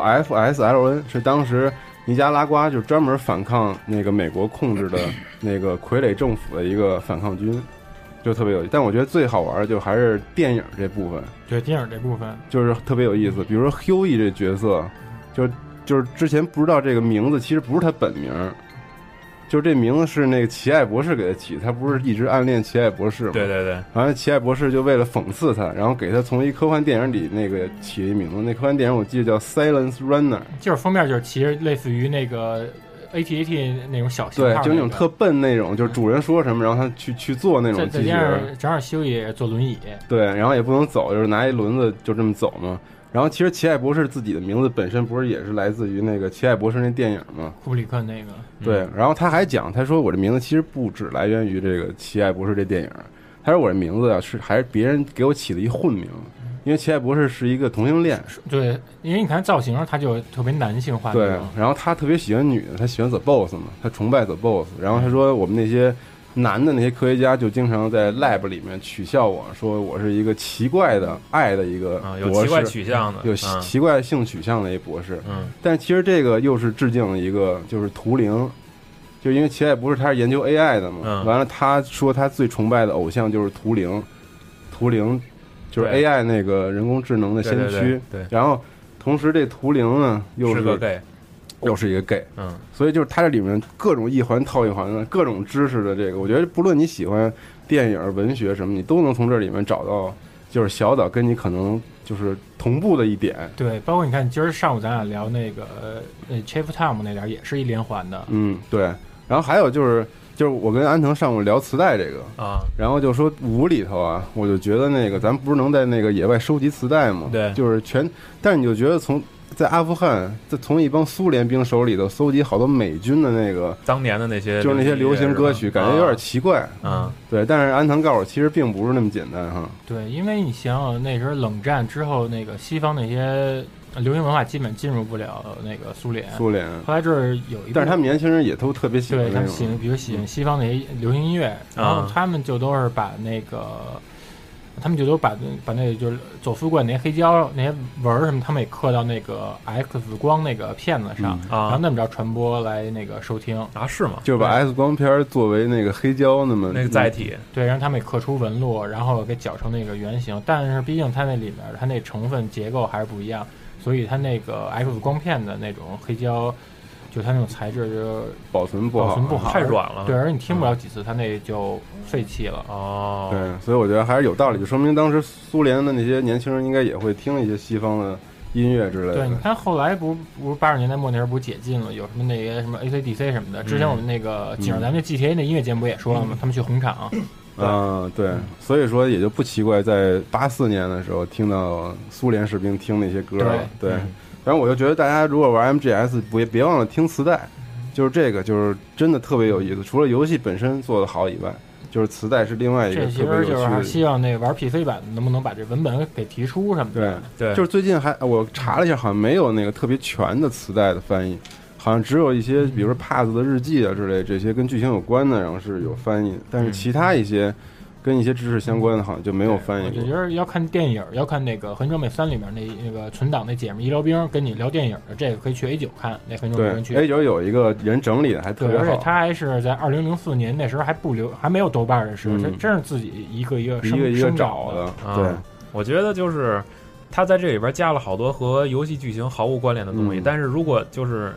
FSLN， 是当时尼加拉瓜就是专门反抗那个美国控制的那个傀儡政府的一个反抗军，就特别有意思。但我觉得最好玩的就还是电影这部分， 对，电影这部分就是特别有意思。比如说 Huey 这角色，就是之前不知道这个名字，其实不是他本名。就是这名字是那个奇爱博士给他起，他不是一直暗恋奇爱博士吗？ 对对对。 然后奇爱博士就为了讽刺他，然后给他从一科幻电影里那个起一名字。那科幻电影我记得叫 Silence Runner， 就是封面就是其实类似于那个 AT-AT 那种小型号、 对，就那种特笨那种，就是主人说什么，然后他去做那种机器人。 正好修也坐轮椅， 对，然后也不能走，就是拿一轮子就这么走嘛。然后其实奇爱博士自己的名字本身不是也是来自于那个奇爱博士那电影吗？ 库布里克那个。 对，然后他还讲，他说我这名字其实不只来源于这个奇爱博士这电影，他说我这名字啊还是别人给我起的一混名，因为奇爱博士是一个同性恋。 对，因为你看造型他就特别男性化。 对，然后他特别喜欢女的，他喜欢 The Boss 嘛，他崇拜 The Boss。然后他说我们那些男的那些科学家就经常在 lab 里面取笑我说我是一个奇怪的爱的一个博士， 有奇怪取向的， 有奇怪性取向的一博士。但其实这个又是致敬一个就是图灵，就因为奇爱博士他是研究 AI 的嘛，完了他说他最崇拜的偶像就是图灵就是 AI 那个人工智能的先驱。 对， 然后同时这图灵呢又是个 gay。 又是一个 gay， 所以就是它这里面各种一环套一环的各种知识的这个，我觉得不论你喜欢电影、文学什么，你都能从这里面找到，就是小岛跟你可能就是同步的一点。 对，包括你看今儿上午咱俩聊那个Chief Tom 那点也是一连环的。 对。然后还有就是我跟安藤上午聊磁带这个啊， 然后就说5里头啊，我就觉得那个咱不是能在那个野外收集磁带吗？ 对， 就是但是你就觉得在阿富汗，从一帮苏联兵手里头搜集好多美军的那个当年的那些， 就是那些流行歌曲，感觉有点奇怪。对，但是安藤告诉我，其实并不是那么简单哈。 对，因为你想想，那时候冷战之后，那个西方那些流行文化基本进入不了那个苏联。后来这儿有一， 但是他们年轻人也都特别喜欢那种， 对，他们喜欢，比如喜欢西方那些流行音乐，然后他们就都是把那个。他们就都把那个就是走私过那些黑胶那些纹什么，他们也刻到那个 X 光那个片子上，然后那么着传播来那个收听啊？是吗？ 就是把 X 光片作为那个黑胶那么那个载体， 对，然后他们也刻出纹路，然后给绞成那个原型。但是毕竟它那里面它那成分结构还是不一样，所以它那个 X 光片的那种黑胶。就它那种材质就保存不好， 太软了。 对，而且你听不了几次，它那就废弃了。 哦， 对，所以我觉得还是有道理，就说明当时苏联的那些年轻人应该也会听一些西方的音乐之类的。 对，你看后来不是80年代末那时候不是解禁了，有什么那些什么 AC/DC 什么的。之前我们那个紧着咱们 GTA 那音乐节目也说了嘛，他们去红场。 对，所以说也就不奇怪，在84年的时候听到苏联士兵听那些歌了。对。然后我就觉得大家如果玩 MGS 别忘了听磁带，就是这个就是真的特别有意思。除了游戏本身做得好以外，就是磁带是另外一个特别有趣的。 这其实就是希望那玩 PC 版能不能把这文本给提出什么的。 对，就是最近我查了一下，好像没有那个特别全的磁带的翻译，好像只有一些比如说 Paz 的日记啊之类这些跟剧情有关的，然后是有翻译，但是其他一些。跟一些知识相关的好像就没有翻译过。 我觉得要看电影，要看那个《合金装备3》里面那个存档那姐们医疗兵跟你聊电影的，这个可以去 A9 看。那合金装备去 A9 有一个人整理的还特别好， 而且他还是在2004年那时候还没有豆瓣的时候，他真是自己一个找的。 对， 我觉得就是他在这里边加了好多和游戏剧情毫无关联的东西，但是如果就是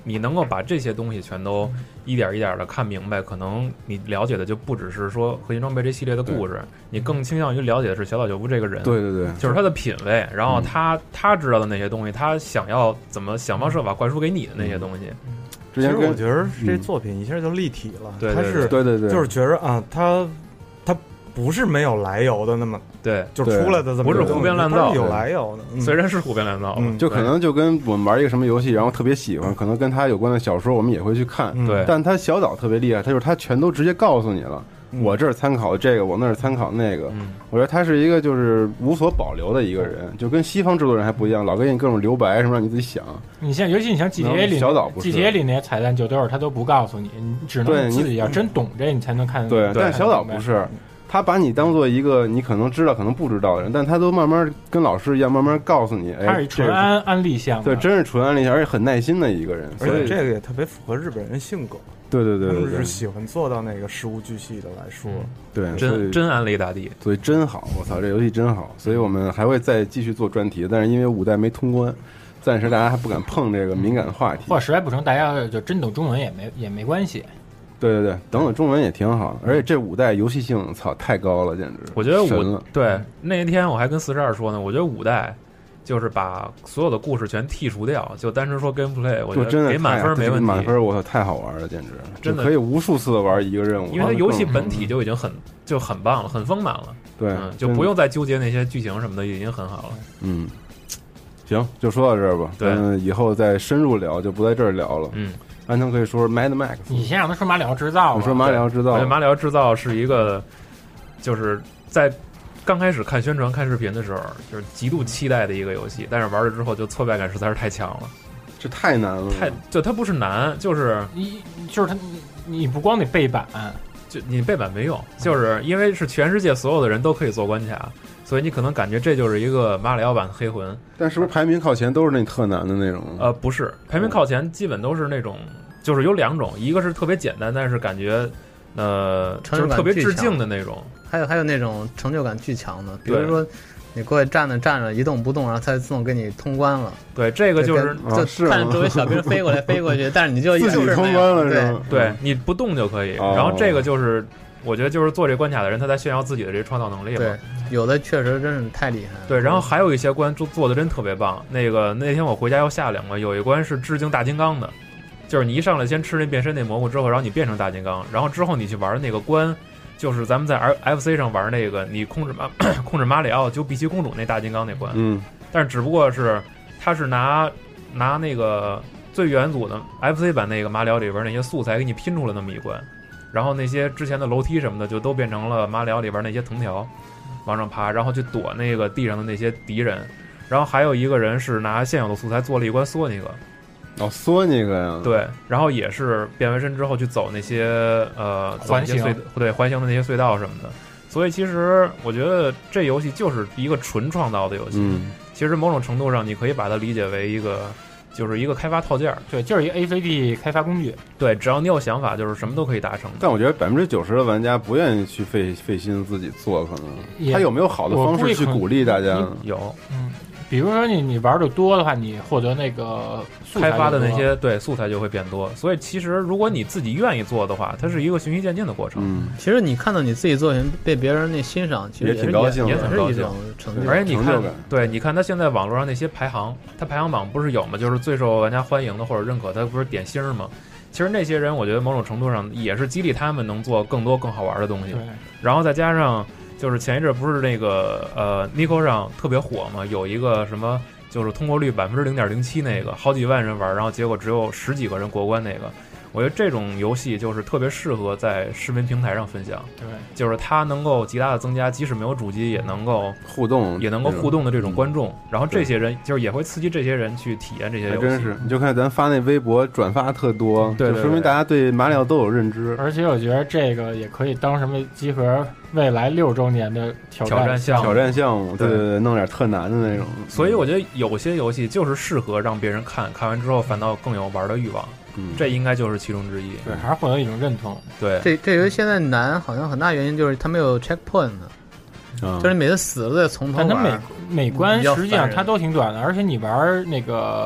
你能够把这些东西全都一点一点的看明白，可能你了解的就不只是说合金装备这系列的故事，你更倾向于了解的是小岛秀夫这个人。 对对对， 就是他的品味，然后他知道的那些东西，他想要怎么想方设法灌输给你的那些东西。 其实我觉得这作品一下就立体了， 对， 他是对对对， 就是觉得啊，他不是没有来由的，那么对， 就出来的这么不是胡编乱造， 有来由的， 虽然是胡编乱造， 就可能就跟我们玩一个什么游戏，然后特别喜欢，可能跟他有关的小说，我们也会去看， 对， 但他小岛特别厉害，他就是他全都直接告诉你了。我这儿参考这个，我那儿参考那个，我觉得他是一个就是无所保留的一个人，就跟西方制作人还不一样，老给你各种留白什么让你自己想。 你像尤其你像 GTA 里小岛不是 GTA 里那些彩蛋就都是他都不告诉你，你只能自己要真懂这你才能看。 对，但小岛不是，他把你当做一个你可能知道可能不知道的人，但他都慢慢跟老师一样慢慢告诉你。 他是纯安利项， 对，真是纯安利项，而且很耐心的一个人， 而且这个也特别符合日本人性格。 对对对， 就是喜欢做到那个事无巨细的来说， 对， 真安利大帝， 所以真好，我操，这游戏真好，所以我们还会再继续做专题，但是因为5代没通关，暂时大家还不敢碰这个敏感的话题， 或者实在不成，大家就真懂中文也没关系。 对对对，等等中文也挺好，而且这5代游戏性，操，太高了，简直， 我觉得对那一天我还跟42说呢，我觉得5代。就是把所有的故事全剔除掉，就单纯说 gameplay， 我觉得给满分没问题。 满分，我操，太好玩了，简直， 真的可以无数次的玩一个任务。 因为它游戏本体就已经很棒了，很丰满了。 对， 就不用再纠结那些剧情什么的，已经很好了。 嗯，行，就说到这儿吧。 对， 以后再深入聊，就不在这儿聊了。安藤可以说 Mad Max。 你先让他说马里奥制造。 我说马里奥制造。 我觉得马里奥制造是一个，就是在。刚开始看宣传、看视频的时候，就是极度期待的一个游戏，但是玩了之后就挫败感实在是太强了， 这太难了。 就它不是难，就是你不光得背板， 就你背板没用，就是因为是全世界所有的人都可以做关卡，所以你可能感觉这就是一个马里奥版的黑魂。 但是不是排名靠前都是那特难的那种？ 不是，排名靠前基本都是那种，就是有2种，一个是特别简单，但是感觉就是特别致敬的那种。 还有那种成就感巨强的，比如说你过去站着一动不动，然后它自动给你通关了。 对，这个就是看着周围小兵飞过来飞过去，但是你就自己通关了，是吧？ 对，你不动就可以。然后这个就是我觉得就是做这关卡的人他在炫耀自己的这创造能力了。 对，有的确实真是太厉害了。 对，然后还有一些关做的真特别棒。那天我回家要下2关，有一关是致敬大金刚的，就是你一上来先吃那变身那蘑菇之后，然后你变成大金刚，然后之后你去玩的那个关。就是咱们在 FC 上玩那个，你控制马里奥救碧琪公主那大金刚那关，但是只不过是他是拿那个最元祖的 FC 版那个马里奥里边那些素材给你拼出了那么一关，然后那些之前的楼梯什么的就都变成了马里奥里边那些藤条，往上爬，然后去躲那个地上的那些敌人，然后还有一个人是拿现有的素材做了一关索尼克。 索尼克呀， 对，然后也是变完身之后去走那些环形环形的那些隧道什么的，所以其实我觉得这游戏就是一个纯创造的游戏。其实某种程度上你可以把它理解为一个就是一个开发套件， 对，就是一个 ACD 开发工具。 对，只要你有想法，就是什么都可以达成。 但我觉得90%的玩家不愿意去费心自己做，可能他有没有好的方式去鼓励大家？ 有， 比如说你玩的多的话，你获得那个开发的那些素材就会变多。所以其实如果你自己愿意做的话，它是一个循序渐进的过程。 其实你看到你自己作品被别人那欣赏，其实也挺高兴， 也很高兴。而且你看他现在网络上那些排行，他排行榜不是有吗？就是最受玩家欢迎的或者认可，他不是点星吗？其实那些人，我觉得某种程度上也是激励他们能做更多更好玩的东西。然后再加上。就是前一阵不是那个Nico 上特别火嘛，有一个什么就是通过率0.07%那个，好几万人玩，然后结果只有10几个人过关那个。我觉得这种游戏就是特别适合在视频平台上分享， 对， 就是它能够极大的增加，即使没有主机也能够互动的这种观众，然后这些人就是也会刺激这些人去体验这些游戏。 真是，你就看咱发那微博转发特多， 对， 就说明大家对马里奥都有认知。 而且我觉得这个也可以当什么集合未来6周年的挑战项目，对，弄点特难的那种。 所以我觉得有些游戏就是适合让别人看完之后反倒更有玩的欲望。这应该就是其中之一。 对，还是获得一种认同。 对， 这游戏现在难，好像很大原因就是它没有 checkpoint 的，就是每次死了再从头玩。 但它每关实际上它都挺短的，而且你玩那个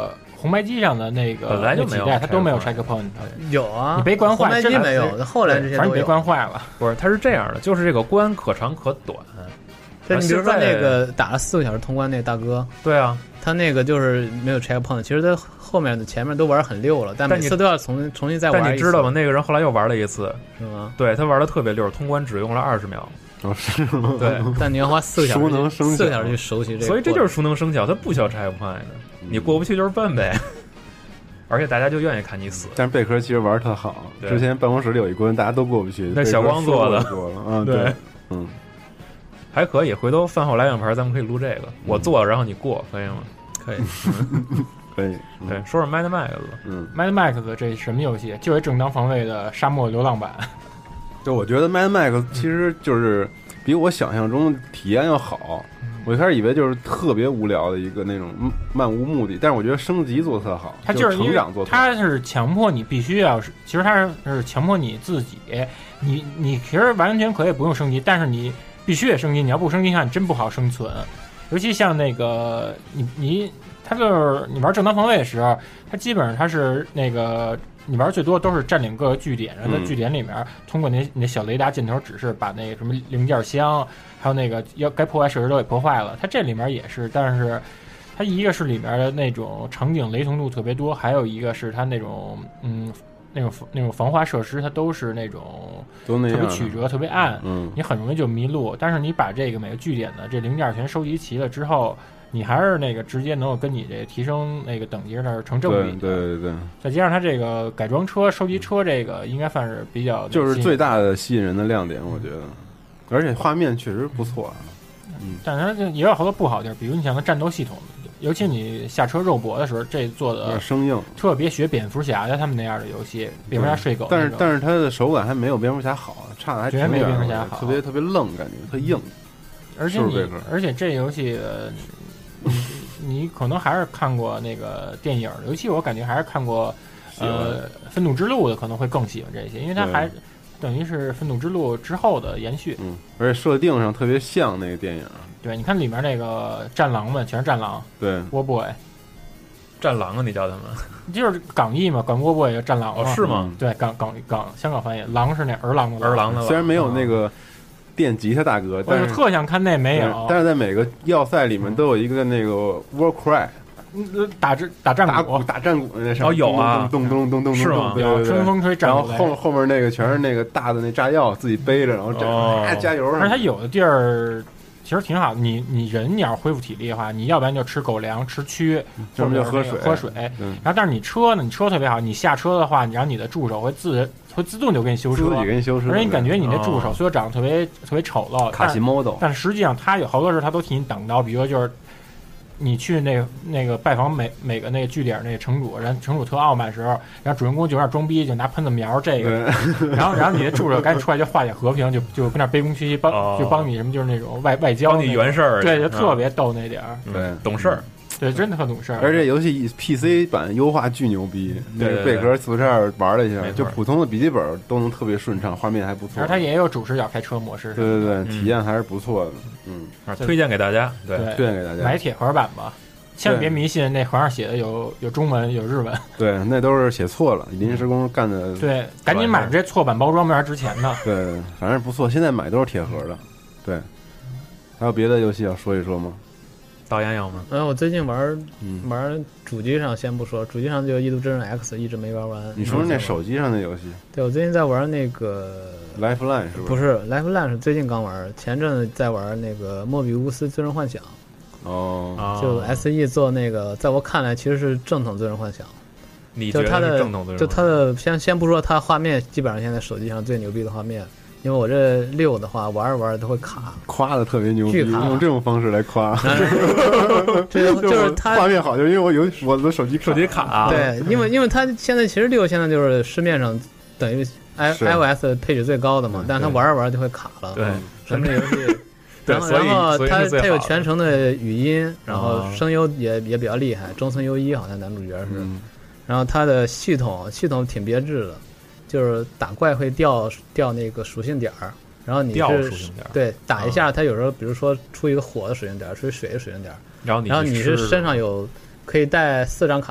红白机上的那个本来就没有， 它都没有 checkpoint。 有啊， 你被关坏， 红白机没有，后来这些反正你被关坏了。 不是，它是这样的，就是这个关可长可短。 对，你比如说那个打了4个小时通关那大哥， 对啊， 他那个就是没有 checkpoint， 其实他后面的前面都玩很溜了，但每次都要重新再玩一次。 但你知道吗？那个人后来又玩了一次， 是吗？ 对，他玩的特别溜，通关只用了20秒。 哦，是吗？ 对， 但你要花4个小时， 熟能生巧 4个小时去熟悉这个， 所以这就是熟能生巧，他不需要 checkpoint 的，你过不去就是笨呗。而且大家就愿意看你死。 但是贝壳其实玩特好，之前办公室里有一关大家都过不去， 那小光做的， 啊，对，嗯。 还可以，回头饭后来两盘，咱们可以录这个。我做，然后你过，可以吗？可以， 可以。 对，说说 Mad Max 吧。 Mad Max 这什么游戏？就是正当防卫的沙漠流浪版。 就我觉得 Mad Max 其实就是比我想象中体验要好。我一开始以为就是特别无聊的一个那种漫无目的，但是我觉得升级做特好， 它就是成长做特好。 它是强迫你必须要，其实它是强迫你自己，你其实完全可以不用升级，但是你必须得升级，你要不升级，看你真不好生存。尤其像那个它就是你玩正当防卫的时候，它基本上它是那个你玩最多都是占领各个据点，然后在据点里面通过你的小雷达箭头指示把那个什么零件箱，还有那个该破坏设施都给破坏了。它这里面也是，但是它一个是里面的那种场景雷同度特别多，还有一个是它那种那种防化设施，它都是那种特别曲折、特别暗，你很容易就迷路。但是你把这个每个据点的这零件全收集齐了之后，你还是那个直接能够跟你这提升那个等级那成正比。 对。 再加上它这个改装车、收集车这个，应该算是比较就是最大的吸引人的亮点，我觉得。而且画面确实不错。 但是它也有好多不好地儿，比如你像它战斗系统。尤其你下车肉搏的时候，这做的生硬， 特别学蝙蝠侠的他们那样的游戏，蝙蝠侠睡狗、 但是它的手感还没有蝙蝠侠好，差的还挺远， 没有蝙蝠侠好， 特别愣，感觉特硬。 而且这游戏你可能还是看过那个电影，尤其我感觉还是看过愤怒之路的，可能会更喜欢这些，因为它还等于是愤怒之路之后的延续。 而且设定上特别像那个电影。 对，你看里面那个战狼们全是战狼， 对 ，War Boy， 战狼啊，你叫他们就是港译嘛，管 War Boy 叫战狼哦，是吗？ 对，港香港翻译，狼是那儿郎的狼， 虽然没有那个电吉他大哥，但是特想看那没有， 但是在每个要塞里面都有一个那个 War Cry， 打战鼓那上有啊， 咚咚咚咚， 是吗？ 有春风吹战鼓， 然后后面那个全是那个大的那炸药自己背着，然后加油。 而且它有的地儿其实挺好，你人你要是恢复体力的话，你要不然就吃狗粮、吃蛆， 要么就喝水。然后但是你车呢，你车特别好，你下车的话，你让你的助手会自动就给你修车， 自己给你修车。 而且你感觉你那助手虽然长得特别丑陋， 卡西莫多， 但实际上他有好多时候他都替你挡刀，比如说就是。你去那个拜访每个那个据点那个城主，然后城主特傲慢的时候，然后主人公就有点装逼，就拿喷子瞄这个，然后你的助手赶紧出来就化解和平，就跟那卑躬屈膝帮你什么，就是那种外交， 帮你圆事儿， 对，就特别逗那点儿， 对， 懂事儿。 对，真的特懂事儿。 而且游戏 PC 版优化巨牛逼，那个贝壳442玩了一下，就普通的笔记本都能特别顺畅，画面还不错。 而它也有主视角开车模式。 对，体验还是不错的。 推荐给大家， 对，推荐给大家。 买铁盒版吧，千万别迷信那盒上写的有中文有日文。 对，那都是写错了，临时工干的。 对，赶紧买这错版包装，不然值钱呢。 对，反正不错，现在买都是铁盒的。对，还有别的游戏要说一说吗？ 导演有吗？ 我最近玩主机上先不说，主机上就《异度之刃 X》一直没玩完。 你说那手机上的游戏？ 对，我最近在玩那个 Lifeline 是不是 Lifeline 是最近刚玩，前阵子在玩那个莫比乌斯最终幻想。就 SE 做那个，在我看来其实是正统最终幻想。 你觉得是正统最终幻想？ 就它的先不说它画面，基本上现在手机上最牛逼的画面。因为我这6的话，玩着玩着都会卡， 夸的特别牛逼，用这种方式来夸， 就是它画面好，就因为我的手机卡， 对，因为它现在其实6现在就是市面上等于 iOS 配置最高的嘛，但是它玩着玩着就会卡了， 对， 什么游戏，然后它有全程的语音，然后声优也比较厉害，中村优一好像男主角是，然后它的系统挺别致的。就是打怪会掉那个属性点儿，然后你是对打一下，它有时候比如说出一个火的属性点，出一水的属性点， 然后你是身上有可以带4张卡片，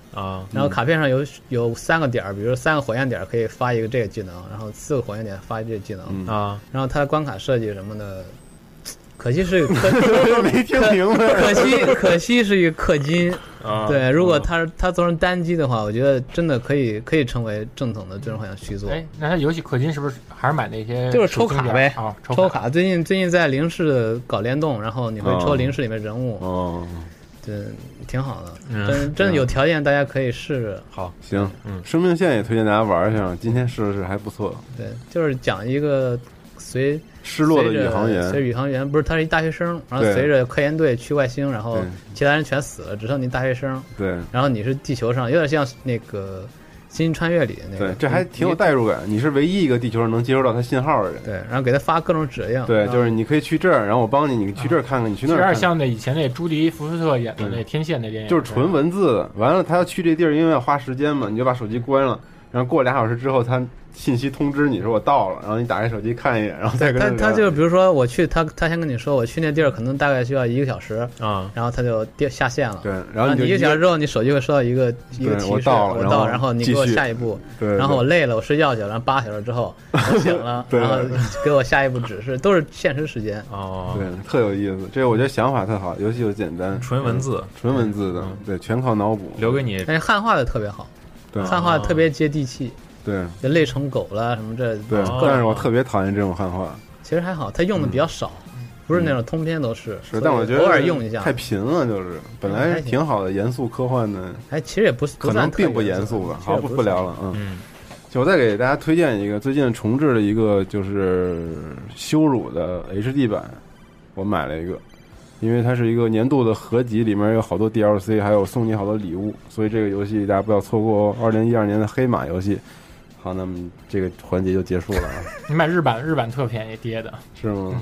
啊， 然后卡片上有3个点，比如3个火焰点可以发一个这个技能，然后4个火焰点发这个技能啊， 然后它的关卡设计什么的，可惜是没听明白， 可惜是一个氪金。对，如果它做成单机的话，我觉得真的可以成为正统的最终幻想续作。 哎，那它游戏氪金是不是还是买那些？ 就是抽卡呗，抽卡。 最近在零式搞联动，然后你会抽零式里面人物。 哦， 对，挺好的，真的有条件大家可以试试。 好， 行，生命线也推荐大家玩一下，今天试了试还不错。 对，就是讲一个失落的宇航员， 随着宇航员不是他是一大学生，然后随着科研队去外星，然后其他人全死了，只剩你大学生。 对， 然后你是地球上，有点像那个《星际穿越》里的那个。 对，这还挺有代入感。你是唯一一个地球上能接收到他信号的人。 对，然后给他发各种指令。 对，就是你可以去这儿，然后我帮你，你去这儿看看，你去那儿。 有点像那以前那朱迪福斯特演的那天线那电影， 就是纯文字的。完了，他要去这地儿，因为要花时间嘛，你就把手机关了，然后过2小时之后，他信息通知你说我到了，然后你打开手机看一眼，然后再跟他就比如说我去他先跟你说我去那地儿可能大概需要1个小时啊， 然后他就下线了。 对，然后你1个小时之后，你手机会收到一个提示， 我到了， 然后你给我下一步。 对， 然后我累了，我睡觉去了，然后8小时之后我醒了，然后给我下一步指示，都是现实时间。 哦， 对，特有意思。这个我觉得想法特好，游戏又简单， 纯文字的，对，全靠脑补， 留给你。 但是汉化的特别好， 对， 汉化特别接地气。 对， 就累成狗了什么这。 对，但是我特别讨厌这种汉化。 其实还好，它用的比较少，不是那种通篇都是。 是，但我觉得偶尔用一下。 太贫了，就是本来挺好的严肃科幻的。 哎，其实也不可能并不严肃吧。好，不聊了，就我再给大家推荐一个最近重置的一个就是羞辱的 HD 版，我买了一个。因为它是一个年度的合集，里面有好多 DLC， 还有送你好多礼物，所以这个游戏大家不要错过2012年的黑马游戏。好，那么这个环节就结束了啊。 你买日版特便宜跌的， 是吗？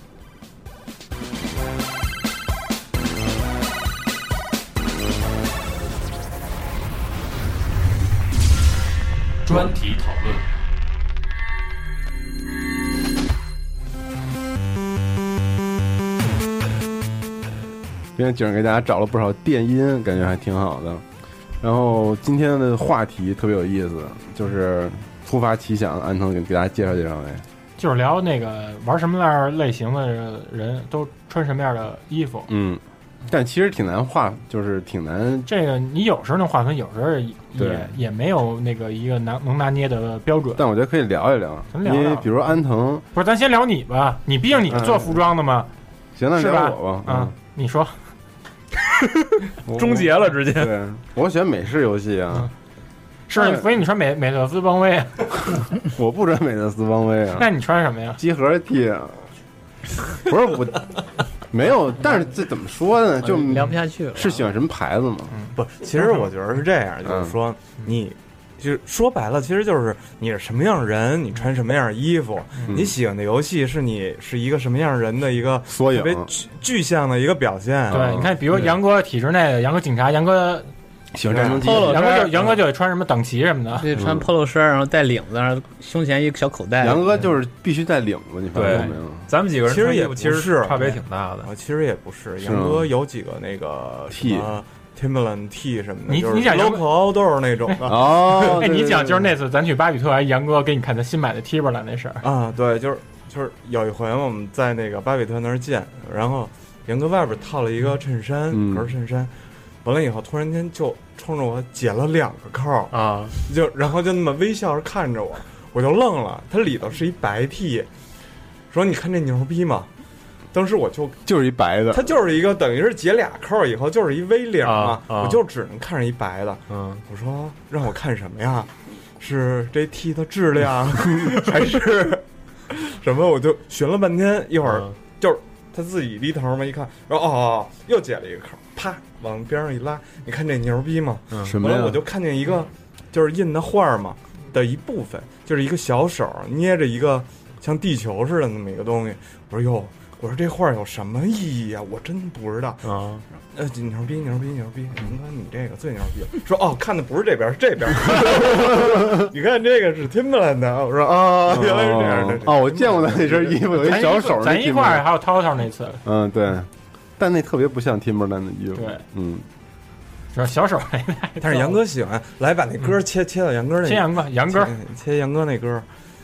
专题讨论。 今天景儿给大家找了不少电音，感觉还挺好的。然后今天的话题特别有意思，就是突发奇想，安藤给大家介绍介绍呗。 就是聊那个玩什么样类型的人都穿什么样的衣服。 但其实挺难划，就是挺难。 这个你有时候能划分，有时候也没有那个一个能拿捏的标准。 但我觉得可以聊一聊，因为比如安藤， 不是，咱先聊你吧，你毕竟你是做服装的嘛。 行，那聊我吧。你说。 终结了，直接。 对，我选美式游戏啊。 是，所以你穿美特斯邦威。 我不穿美特斯邦威啊。 那你穿什么呀？ 集合 T 啊。不是我，没有。但是这怎么说呢？就聊不下去了。 是喜欢什么牌子吗？ 不，其实我觉得是这样，就是说你。就是说白了，其实就是你是什么样的人，你穿什么样的衣服，你喜欢的游戏是你是一个什么样人的一个缩影， 特别具象的一个表现。 对，你看，比如杨哥体制内的，杨哥警察，杨哥喜欢战争机， 杨哥就得穿什么等旗什么的， 对，穿 polo 衫，然后带领子，然后胸前一个小口袋。 杨哥就是必须带领子，你发现没有？ 咱们几个人其实也其实是差别挺大的。 其实也不是，杨哥有几个那个 T。 Timberland T 什么的， 你讲 local outdoor 那种的哦。 哎，你讲就是那次咱去巴比特，杨哥给你看他新买的 Timberland 那事儿啊。对，就是有一回我们在那个巴比特那儿见，然后杨哥外边套了一个衬衫，格衬衫，完了以后突然间就冲着我解了2个扣啊， 然后就那么微笑着看着我，我就愣了。他里头是一白 T， 说你看这牛逼吗？当时我就是一白的， 它就是一个等于是解2扣以后就是一 V 领嘛，我就只能看着一白的。我说让我看什么呀？是这 T 的质量还是什么？我就寻了半天，一会儿就是他自己低头嘛，一看，然后又解了1个扣，啪往边上一拉，你看这牛逼吗？ 什么呀？ 我就看见一个就是印的画嘛的一部分，就是一个小手捏着一个像地球似的那么一个东西。我说哟。我说这画有什么意义啊？我真不知道啊。 牛逼！你这个最牛逼了。说看的不是这边，是这边。你看这个是 Timberland 的。我说原来是这样的。 我见过他那身衣服，有一小手。 咱一块儿还有涛涛那次。 对，但那特别不像 Timberland 的衣服。 对， 是小手那代。 但是杨哥喜欢来把那歌切到杨哥那， 切杨哥切杨哥那歌。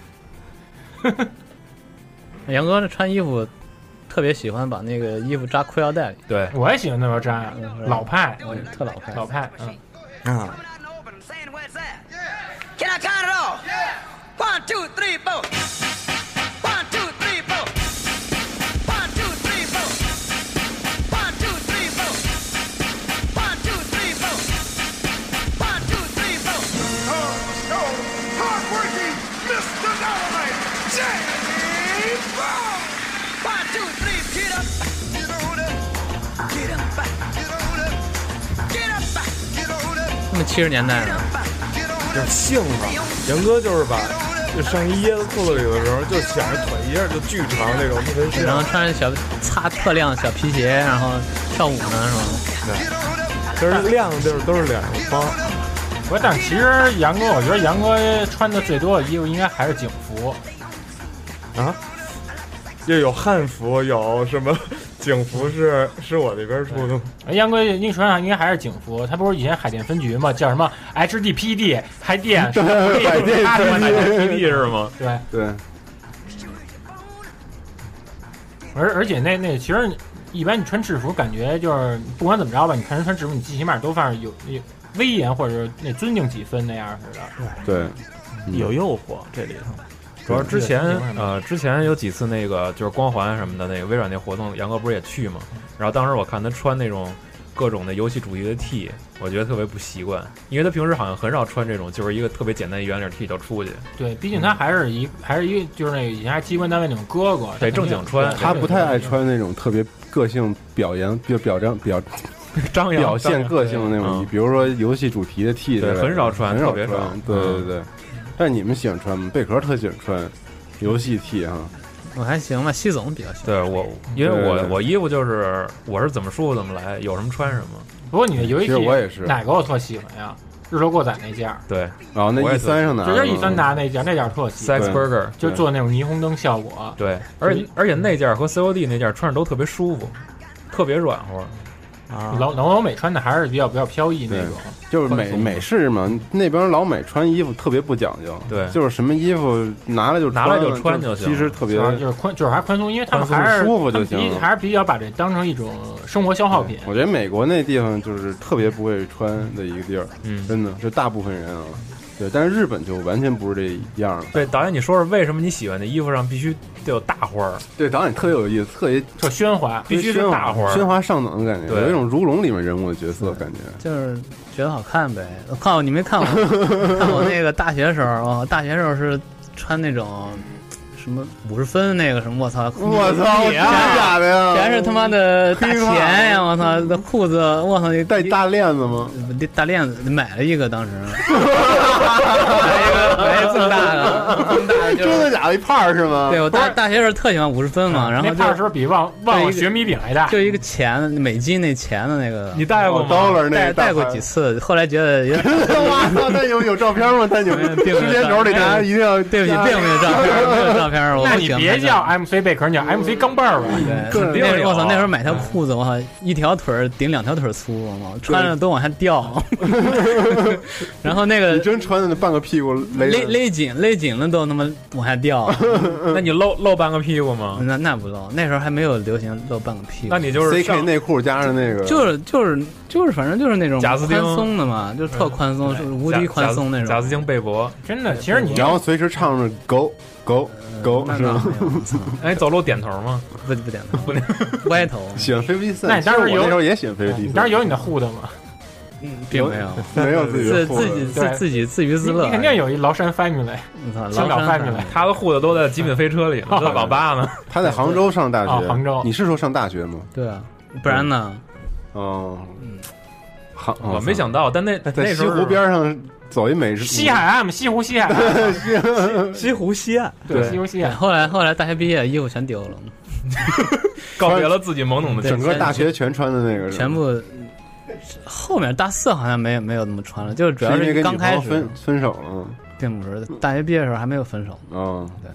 杨哥穿衣服特别喜欢把那个衣服扎裤腰带里。 对， 我也喜欢那边扎，老派， 特老派， 老派， 啊。 Can I count it off? 1, 2, 3, 4. 1, 2, 3, 4. 1, 2, 3, 4. 1, 2, 3, 4. 1, 2, 3, 4. 1, 2, 3, 4. No, hard-working Mr. Dynamite, Jamie Brown. 1, 2, 3, get up, get on up, get up, get on up, get up, get on up. 那么70年代呢？ 就是性子，杨哥就是把就上衣掖在裤子里的时候，就显着腿一下就巨长那种，特别性。 然后穿着擦特亮小皮鞋，然后跳舞呢，是吧？ 对，就是亮的地儿都是两个方。 但其实杨哥，我觉得杨哥穿的最多的衣服应该还是警服啊，又有汉服，有什么警服是我那边出的。 杨哥那船上应该还是警服，他不是以前海淀分局吗？叫什么 HDPD 海淀海淀 PD 是吗？ 对对。 而且那其实一般你穿制服，感觉就是不管怎么着吧，你看人穿制服，你最起码都反正有威严或者那尊敬几分那样似的。 对， 有诱惑这里头。 主要之前有几次那个就是光环什么的那个微软那活动，杨哥不是也去嘛？然后当时我看他穿那种各种的游戏主题的 T， 我觉得特别不习惯，因为他平时好像很少穿这种，就是一个特别简单的圆领 T 就出去。 对，毕竟他还是一个就是那个以前机关单位那种哥哥， 得正经穿。 他不太爱穿那种特别个性表现个性的那种衣，比如说游戏主题的 T， 对，很少穿，特别少。 对。但你们喜欢穿吗？贝壳特喜欢穿游戏 T 啊。 我还行吧，西总比较喜欢。 对因为我衣服就是我是怎么舒服怎么来，有什么穿什么。 不过你的游戏 T 我也是哪个我特喜欢呀？日落过载那件。 对， 然后那E3上拿， 就是E3拿那件特喜欢。 Sex Burger 就做那种霓虹灯效果。 对，而且那件和 COD 那件穿着都特别舒服，特别软和。 老美穿的还是比较飘逸那种， 就是美式嘛，那边老美穿衣服特别不讲究， 对， 就是什么衣服拿来就穿就行， 其实特别就是还宽松，因为他们还是舒服就行， 还是比较把这当成一种生活消耗品。 我觉得美国那地方就是特别不会穿的一个地儿，真的就大部分人啊。对，但是日本就完全不是这样了。 对，导演，你说说为什么你喜欢的衣服上必须得有大花儿？ 对，导演特别有意思，特喧哗， 必须是大花儿， 喧哗上等的感觉，有一种如龙里面人物的角色感觉， 就是觉得好看呗。你没看我那个大学时候，大学时候是穿那种。什么50分那个什么，我操！ 真假的呀？ 全是他妈的大钱呀！我操，那裤子，我操，你带大链子吗？ 大链子买了一个，当时买一个这么大的， 真的假的？一帕是吗？ 对，我大学时候特喜欢50分嘛，然后那帕是不是比旺学米饼还大？ 就一个钱美金那钱的那个， 你戴过吗 ？dollar 那戴过几次，后来觉得有点。 哇操！那有照片吗？那你们时间轴里大家一定要对不起，并没有照片，没有照片。 那你别叫 MC 贝壳，你叫 MC 钢镚儿吧。 对，我操，那时候买条裤子，我操，一条腿顶2条腿粗，我穿着都往下掉。然后那个你真穿的那半个屁股勒紧了都他妈往下掉。 那你露半个屁股吗？ 那不露，那时候还没有流行露半个屁股。 那你就是 CK 内裤加上那个， 就是反正就是那种贾斯汀宽松的嘛，就特宽松，是无敌宽松那种。 贾斯汀贝博， 真的，其实你然后随时唱着 go 是吗？ 哎，走路点头吗？ 不点头，不歪头。 喜欢50 Cent， 那你当时那时候也喜欢50 Cent， 你当时有你的护的吗？ 并没有， 没有自己自娱自乐。 你肯定有一崂山 family， 香港 family， 他的护的都在极品飞车里，都在网吧呢。 他在杭州上大学， 杭州。 你是说上大学吗？ 对啊，不然呢？ 哦， 我没想到，但那在西湖边上走一美食， 西海岸嘛，西湖西海岸， 西湖西岸， 对，西湖西岸。 后来大学毕业，衣服全丢了， 告别了自己懵懂的整个大学全穿的那个， 全部。后面大4好像没有那么穿了，就是主要是刚开始分手了， 并不是大学毕业的时候还没有分手。 嗯， 对。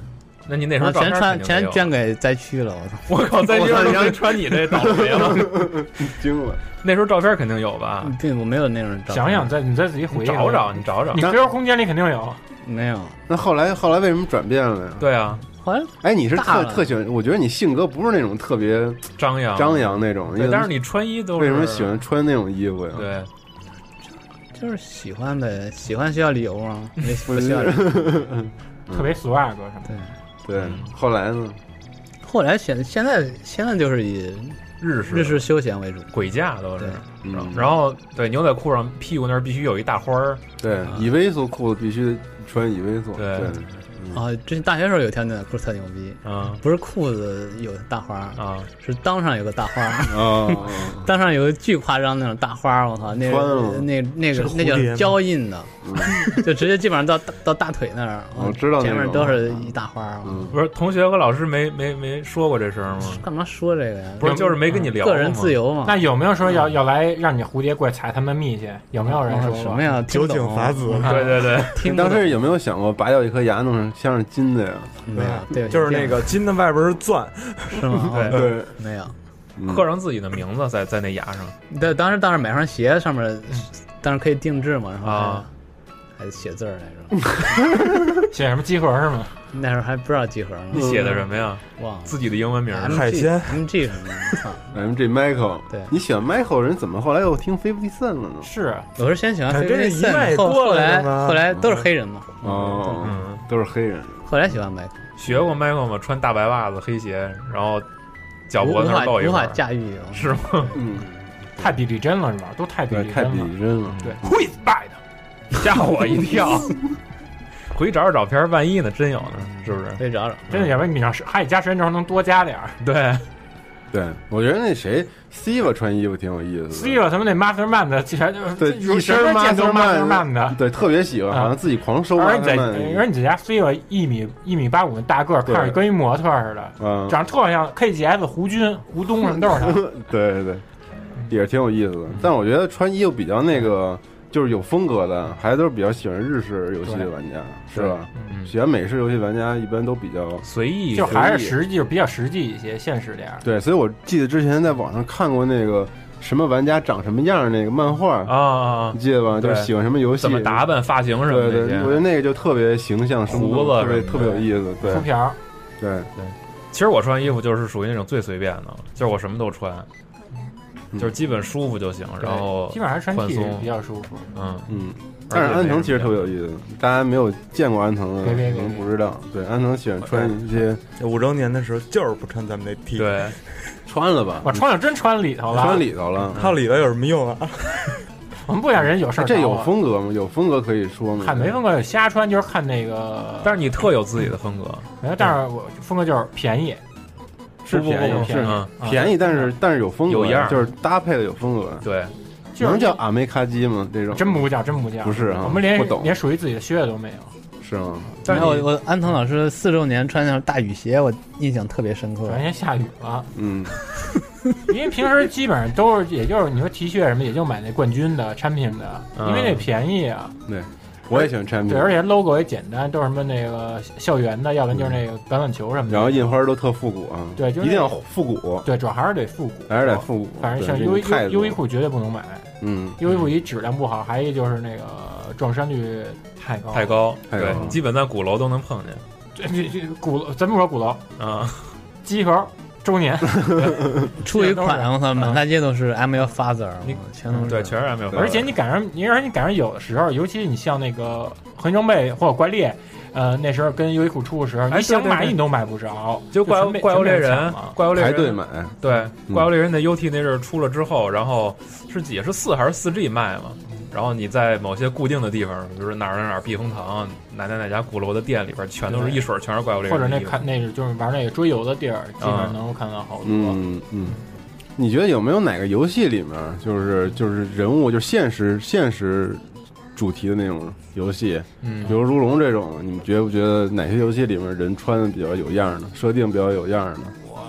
那你那时候照片钱捐给灾区了， 我靠，灾区让人穿你这倒霉了， 惊了。 那时候照片肯定有吧？ 并没有那种照片。 想想，你再自己回忆找找， 你 QQ 空间里肯定有。 没有。 那后来为什么转变了呀？ 对啊， 后来哎，你是特喜欢？我觉得你性格不是那种特别张扬那种。 对，但是你穿衣都是为什么喜欢穿那种衣服呀？ 对。 就是喜欢呗，喜欢需要理由啊，不需要理由。 特别 swag 什么的。对，后来呢？ 后来现在就是以日式休闲为主， 鬼架都是。然后对牛仔裤上屁股那儿必须有一大花儿。 对，以微缩裤子必须穿以微缩。 对。 啊，之前大学时候有条牛仔裤特牛逼啊，不是裤子有大花啊，是裆上有个大花啊，裆上有个巨夸张那种大花，我靠，那叫胶印的，就直接基本上到大腿那儿， 我知道前面都是一大花。 不是同学和老师没说过这事儿吗？ 干嘛说这个呀？ 不是就是没跟你聊， 个人自由嘛。 那有没有说要来让你蝴蝶过来踩他们蜜去？有没有人说什么呀？ 酒井法子， 对， 当时有没有想过拔掉一颗牙弄镶上金的呀？ 没有，对， 就是那个金的外边是钻， 是吗？ 对， 没有， 刻上自己的名字在那牙上。 对，当时买双鞋上面，当时可以定制嘛，然后还写字儿那种， 写什么集合是吗？ 那时候还不知道集合呢。 你写的什么呀？ 忘了自己的英文名海鲜 MG 什么的。 MG Michael， 对， 你喜欢 Michael 人怎么后来又听50 Cent 了呢？ 是， 我是先喜欢50 Cent，后来都是黑人嘛。 哦，都是黑人。 后来喜欢 Michael， 学过 Michael 吗？穿大白袜子、黑鞋，然后脚脖子那露一块， 无法驾驭， 是吗？ 太比例真了是吧？都太比例真了。 对 ，Who is bad？ 吓我一跳。回去找找照片，万一呢？真有呢，是不是？ 可以找找， 真的，要不然你要是还得加时间轴能多加点儿。 对， 我觉得那谁 Siva 穿衣服挺有意思的。 Siva 他们那 Masterman 的， 对，一身 Masterman 的， 对，特别喜欢，好像自己狂收。 而你在家 Siva 1.85米的大个儿，看着跟一模特似的，长得特像 KGS 胡东什么都是他。 对，也是挺有意思的。但我觉得穿衣服比较那个。就是有风格的，还都是比较喜欢日式游戏的玩家，是吧？喜欢美式游戏玩家一般都比较随意， 就还是实际，就比较实际一些，现实点。 对，所以我记得之前在网上看过那个什么玩家长什么样那个漫画啊， 你记得吧？就是喜欢什么游戏， 怎么打扮、发型什么的。 对，我觉得那个就特别形象， 胡子特别有意思。对， 秃瓢。 对。 其实我穿衣服就是属于那种最随便的，就是我什么都穿。就是基本舒服就行，然后基本上穿 T 比较舒服。 但是安藤其实特别有意思，大家没有见过安藤的，可能不知道。对，安藤喜欢穿一些 5周年的时候就是不穿咱们那 T， 对， 穿了吧？ 我穿了真穿里头了， 穿里头了， 它里头有什么用啊？ 我们不想人有事儿。 这有风格吗？有风格可以说吗？ 看没风格有瞎穿，就是看那个。 但是你特有自己的风格， 但是我风格就是便宜。 是便宜，但是有风格， 有样， 就是搭配的有风格。 对， 能叫阿梅卡基吗？这种真不叫， 不是啊， 我们连属于自己的靴子都没有， 是吗？ 但是我安藤老师4周年穿那双大雨鞋，我印象特别深刻。 昨天下雨了，因为平时基本上都是，也就是你说 T 恤什么，也就买那冠军的产品的，因为那便宜啊。 对。我也喜欢产品， 对，而且 logo 也简单，都是什么那个校园的，要不然就是那个橄榄球什么的。 然后印花都特复古啊， 对，就一定要复古。 对，主要还是得复古，反正像优衣库绝对不能买，优衣库一质量不好，还一就是那个撞衫率太高， 对，基本在鼓楼都能碰见。这鼓楼，咱不说鼓楼啊，集合。周年出一款，我操，满大街都是 ML Father， 全都是对，全是 ML Father。 而且你赶上有的时候，尤其你像那个合金装备或者怪猎，那时候跟优衣库出的时候，你想买你都买不着。 就怪物猎人排队买， 对，怪物猎人的 UT 那阵儿出了之后，然后也是4还是4G 卖嘛。然后你在某些固定的地方，比如说哪儿避风塘，哪家鼓楼的店里边，全都是一水全是怪物猎人。 或者那就是玩那个追游的地儿，基本上能够看到好多。 你觉得有没有哪个游戏里面，就是人物就现实主题的那种游戏，比如如龙这种，你们觉不觉得哪些游戏里面人穿的比较有样的，设定比较有样的？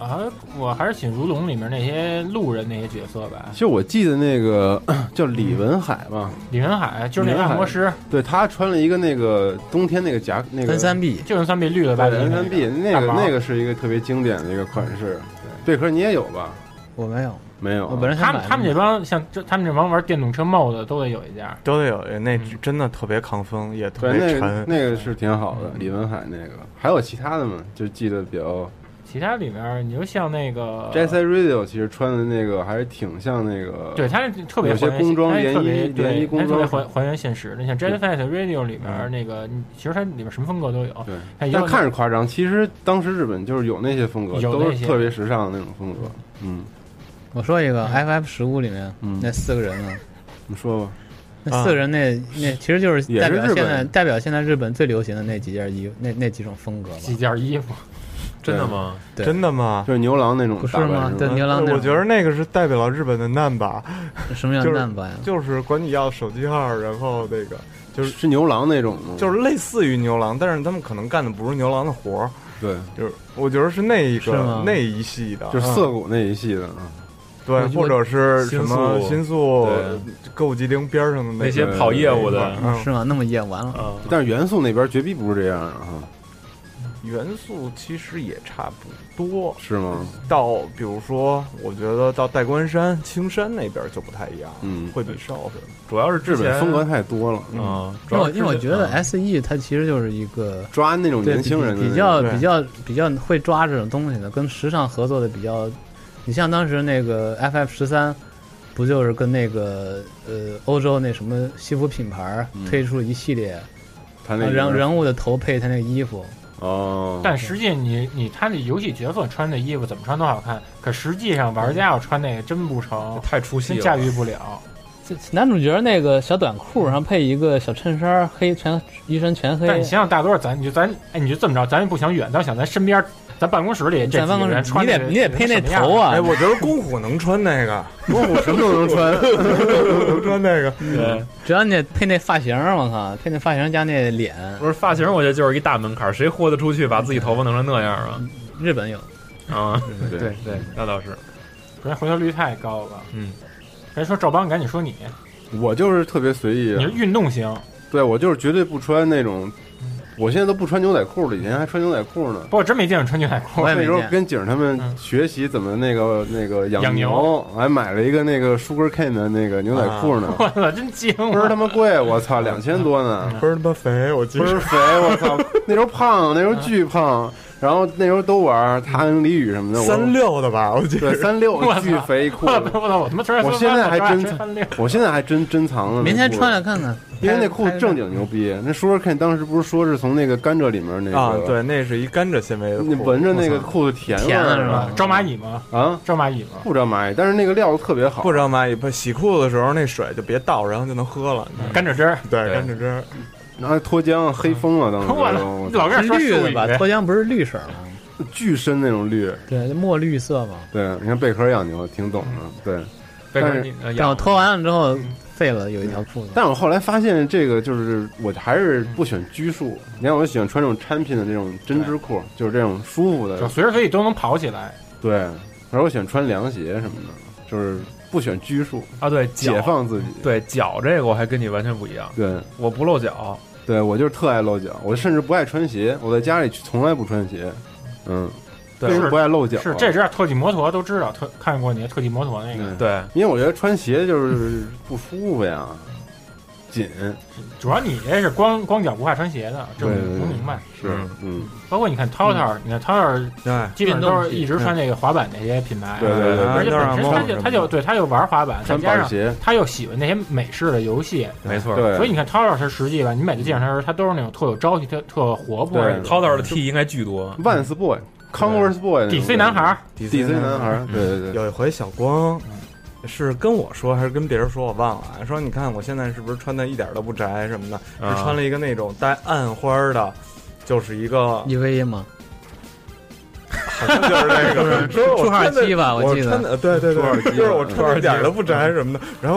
我还是喜欢如龙里面那些路人那些角色吧。 其实我记得那个叫李文海吧， 李文海就是那个按摩师， 对他穿了一个那个冬天那个夹那个 N3B， 就是 N3B 绿的吧 ，N3B 那个是一个特别经典的一个款式。贝壳你也有吧？ 我没有。 没有， 我本来他们这帮像他们这帮玩电动车 mod 都得有一件， 都得有，那真的特别抗风，也特别沉。 那个是挺好的，李文海那个，还有其他的吗？就记得比较。 其他里面你就像那个 Jet Radio， 其实穿的那个还是挺像那个， 对，它特别有些工装连衣工装， 特别还原现实的。像 Jet Radio 里面那个，其实它里面什么风格都有。 对，但看着夸张，其实当时日本就是有那些风格，都是特别时尚的那种风格。 我说一个 FF15 里面那4个人啊， 你说吧。 那4个人那其实就是代表现在日本最流行的那几件衣服，那几种风格吧。 几件衣服， 真的吗？ 真的吗？ 就是牛郎那种， 不是吗？对，牛郎那种。 我觉得那个是代表了日本的难吧。 什么叫难吧呀？ 就是管你要手机号，然后那个就是牛郎那种， 就是类似于牛郎，但是他们可能干的不是牛郎的活儿。 对， 就是我觉得是那一系的， 就是涩谷那一系的啊。 对，或者是什么新宿歌舞伎町边上的那些跑业务的， 是吗？那么业完了。 但是元素那边绝逼不是这样啊。 元素其实也差不多， 是吗？ 到比如说，我觉得到代官山、青山那边就不太一样，会比少什么。 主要是日本风格太多了， 因为我觉得 SE 它其实就是一个抓那种年轻人的比较会抓这种东西的，跟时尚合作的比较。你像当时那个 FF13，不就是跟那个欧洲那什么西服品牌推出了一系列，人物的头配他那个衣服。 哦，但实际他的游戏角色穿的衣服怎么穿都好看，可实际上玩家要穿那个真不成， 太出戏了， 驾驭不了。 男主角那个小短裤，然后配一个小衬衫，一身全黑。 但你想想，大多数你就这么着，咱也不想远，咱想咱身边。咱办公室里这几个人穿， 你得配那头啊！ 哎，我觉得公虎能穿那个， 公虎什么都能穿， 能穿那个。 对，只要你得配那发型，我靠，配那发型加那脸。 不是发型，我觉得就是一大门槛，谁豁得出去把自己头发弄成那样啊？ 日本有啊，对，那倒是。 人回头率太高了。人说赵邦，你赶紧说你。 我就是特别随意， 你是运动型。 对，我就是绝对不穿那种。我现在都不穿牛仔裤了，以前还穿牛仔裤呢。 不过真没见着穿牛仔裤。 那时候跟景他们学习怎么那个养牛，还买了一个那个 Sugar Cane 的那个牛仔裤呢。 我操，真精！ 倍儿他妈贵，我操，2000多呢。 倍儿他妈肥，我记得。 倍儿肥，我操！那时候胖，那时候巨胖。然后那时候都玩他跟李宇什么的 ，36的吧，我记得。 对，36巨肥裤。 我他妈穿！ 我现在还真藏了。 明天穿来看看， 因为那裤正经牛逼。那Sugar Cane当时不是说是从那个甘蔗里面那个啊，对，那是一甘蔗纤维的裤。 你闻着那个裤子甜了是吧？招蚂蚁吗？ 啊， 招蚂蚁吗？ 不招蚂蚁，但是那个料子特别好。 不招蚂蚁，不洗裤子的时候那水就别倒，然后就能喝了。 甘蔗汁儿， 对，甘蔗汁儿。 然后脱缰黑疯了，当时。 老跟是绿的吧？脱缰不是绿色吗？ 巨深那种绿， 对，墨绿色嘛。 对，你看贝壳养牛挺懂的，对。 但我脱完了之后废了，有一条裤子。 但我后来发现这个就是我还是不喜欢拘束。你看，我喜欢穿这种产品的那种针织裤，就是这种舒服的， 随时随地都能跑起来。 对，而我喜欢穿凉鞋什么的，就是不喜欢拘束啊。对， 解放自己。 对脚这个我还跟你完全不一样。 对， 我不露脚。 对，我就是特爱露脚，我甚至不爱穿鞋，我在家里从来不穿鞋。对，不爱露脚。 是这只特技摩托都知道，看过你的特技摩托那个。 对， 因为我觉得穿鞋就是不舒服呀，紧。 主要你这是光脚不怕穿鞋的，这我能明白。 是， 包括你看涛涛，你看涛涛，基本都是一直穿那个滑板那些品牌。 对， 而且本身他就玩滑板，再加上鞋， 他又喜欢那些美式的游戏。 没错。 所以你看涛涛是实际吧，你每次见上他都是那种特有朝气、特活泼。 涛涛的 T 应该巨多。 Vans Boy。Converse Boy，DC 男孩 ，DC 男孩，对。 有一回小光是跟我说还是跟别人说，我忘了。说你看我现在是不是穿的一点都不宅什么的？是穿了一个那种带暗花的，就是一个 EVA 吗？ 好像就是那个出号机吧，我记得。 对，就是我穿一点都不宅什么的。然后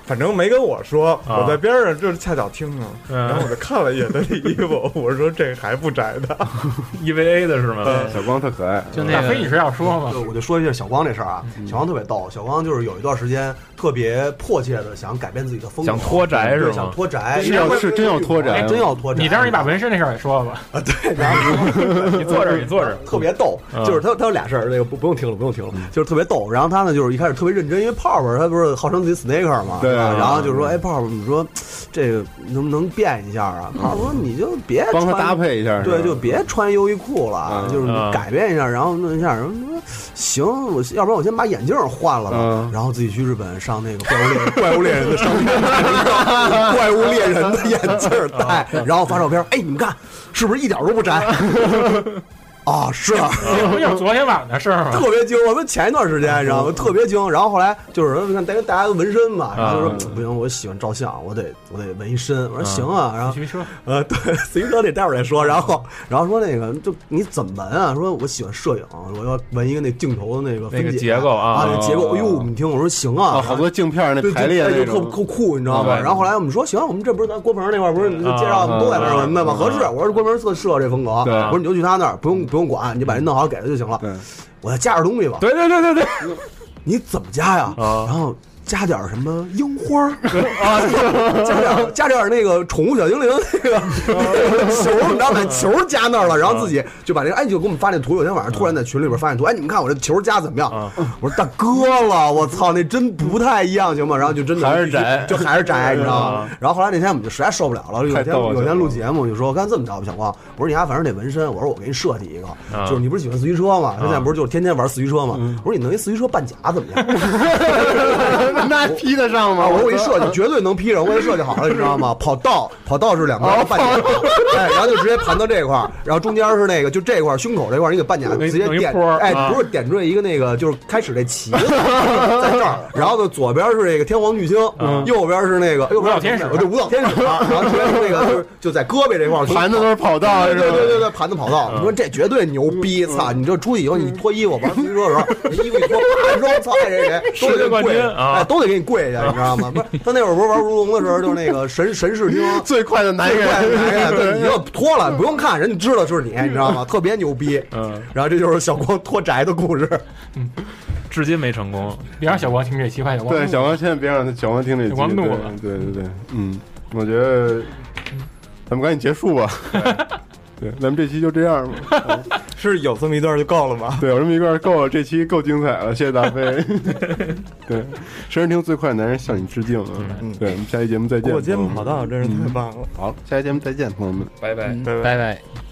反正没跟我说，我在边上就是恰巧听了，然后我就看了一眼他的衣服，我说这还不宅的 ，EVA 的是吗？ 小光特可爱。 就那个，非你是要说吗？ 我就说一下小光这事儿啊，小光特别逗，小光就是有一段时间特别迫切的想改变自己的风格， 想脱宅是吗？ 想脱宅， 是真要脱宅， 真要脱宅。 你当时你把纹身那事儿也说了吧？ 啊，对，然后你坐这儿，你坐这儿， 特别逗，就是他有俩事儿，那个不用听了，就是特别逗。然后他呢，就是一开始特别认真，因为泡泡他不是号称自己 Snaker 嘛，对吧？然后就是说，哎，泡泡，你说这个能不能变一下啊？泡泡说你就别帮他搭配一下， 对，就别穿优衣库了，就是改变一下，然后弄一下。然后说行，要不然我先把眼镜换了吧，然后自己去日本上那个怪物猎人的商店买一个怪物猎人的眼镜戴，然后发照片，哎，你们看是不是一点都不宅？啊，是啊， 不就是昨天晚上的事儿吗？ 特别精，我们前一段时间你知道吗？特别精。然后后来就是说，看大家都纹身嘛，然后就说不行，我喜欢照相，我得纹一身。我说行啊，然后自行车， 对，自行车得待会儿再说。然后说那个就你怎么纹啊？说我喜欢摄影，我要纹一个那镜头的那个分解结构啊， 那结构。哎呦，你听我说行啊， 好多镜片那排列就特酷，你知道吗？然后后来我们说行，我们这不是咱郭鹏那块不是介绍都在那儿纹的吗？合适。我说郭鹏特适合这风格，我说你就去他那儿，不用管，你就把人弄好给他就行了。我再加点东西吧。 对， 你怎么加呀？然后加点什么樱花加点那个宠物小精灵那个球，你知道把球加那儿了，然后自己就把那个就给我们发那图。有天晚上突然在群里边发现图，哎，你们看我这球加怎么样？我说大哥了，我操，那真不太一样，行吗？然后就真的还是宅， 你知道吗？然后后来那天我们就实在受不了了，有天录节目就说，我干这么着吧，小光，我说你还反正得纹身，我说我给你设计一个，就是你不是喜欢四驱车吗？现在不是就是天天玩四驱车吗？我说你弄一四驱车半甲怎么样？ 那批得上吗？ 我说我一设计绝对能批上，我给设计好了，你知道吗？跑道是两边半甲，哎，然后就直接盘到这块儿，然后中间是那个就这块胸口这块，你给半甲直接点，哎，不是点出来一个那个就是开始这旗子在这儿，然后呢左边是这个天皇巨星，右边是那个舞蹈天使， 对舞蹈天使，然后直接是那个就在胳膊这块盘的都是跑道， 对，盘的跑道。你说这绝对牛逼，操！你这出去以后你脱衣服玩自行车的时候，你衣服一脱，啪说操，谁都得跪，哎，都得给你跪下，你知道吗？不是他那会儿不是玩如龙的时候，就是那个神视厅最快的男人， 对，你要脱了不用看，人家知道是你知道吗？特别牛逼。然后这就是小光脱宅的故事。 至今没成功。 别让小光听这期，快小光。 对，小光千万别让小光听这期。 小光怒了。 对，我觉得咱们赶紧结束吧。对，咱们这期就这样吧。 是有这么一段就够了吗？ 对，有这么一段够了，这期够精彩了，谢谢大飞。对，声听最快男人向你致敬啊！对，我们下期节目再见。 过肩跑道真是太棒了。 好，下期节目再见，朋友们， 拜拜。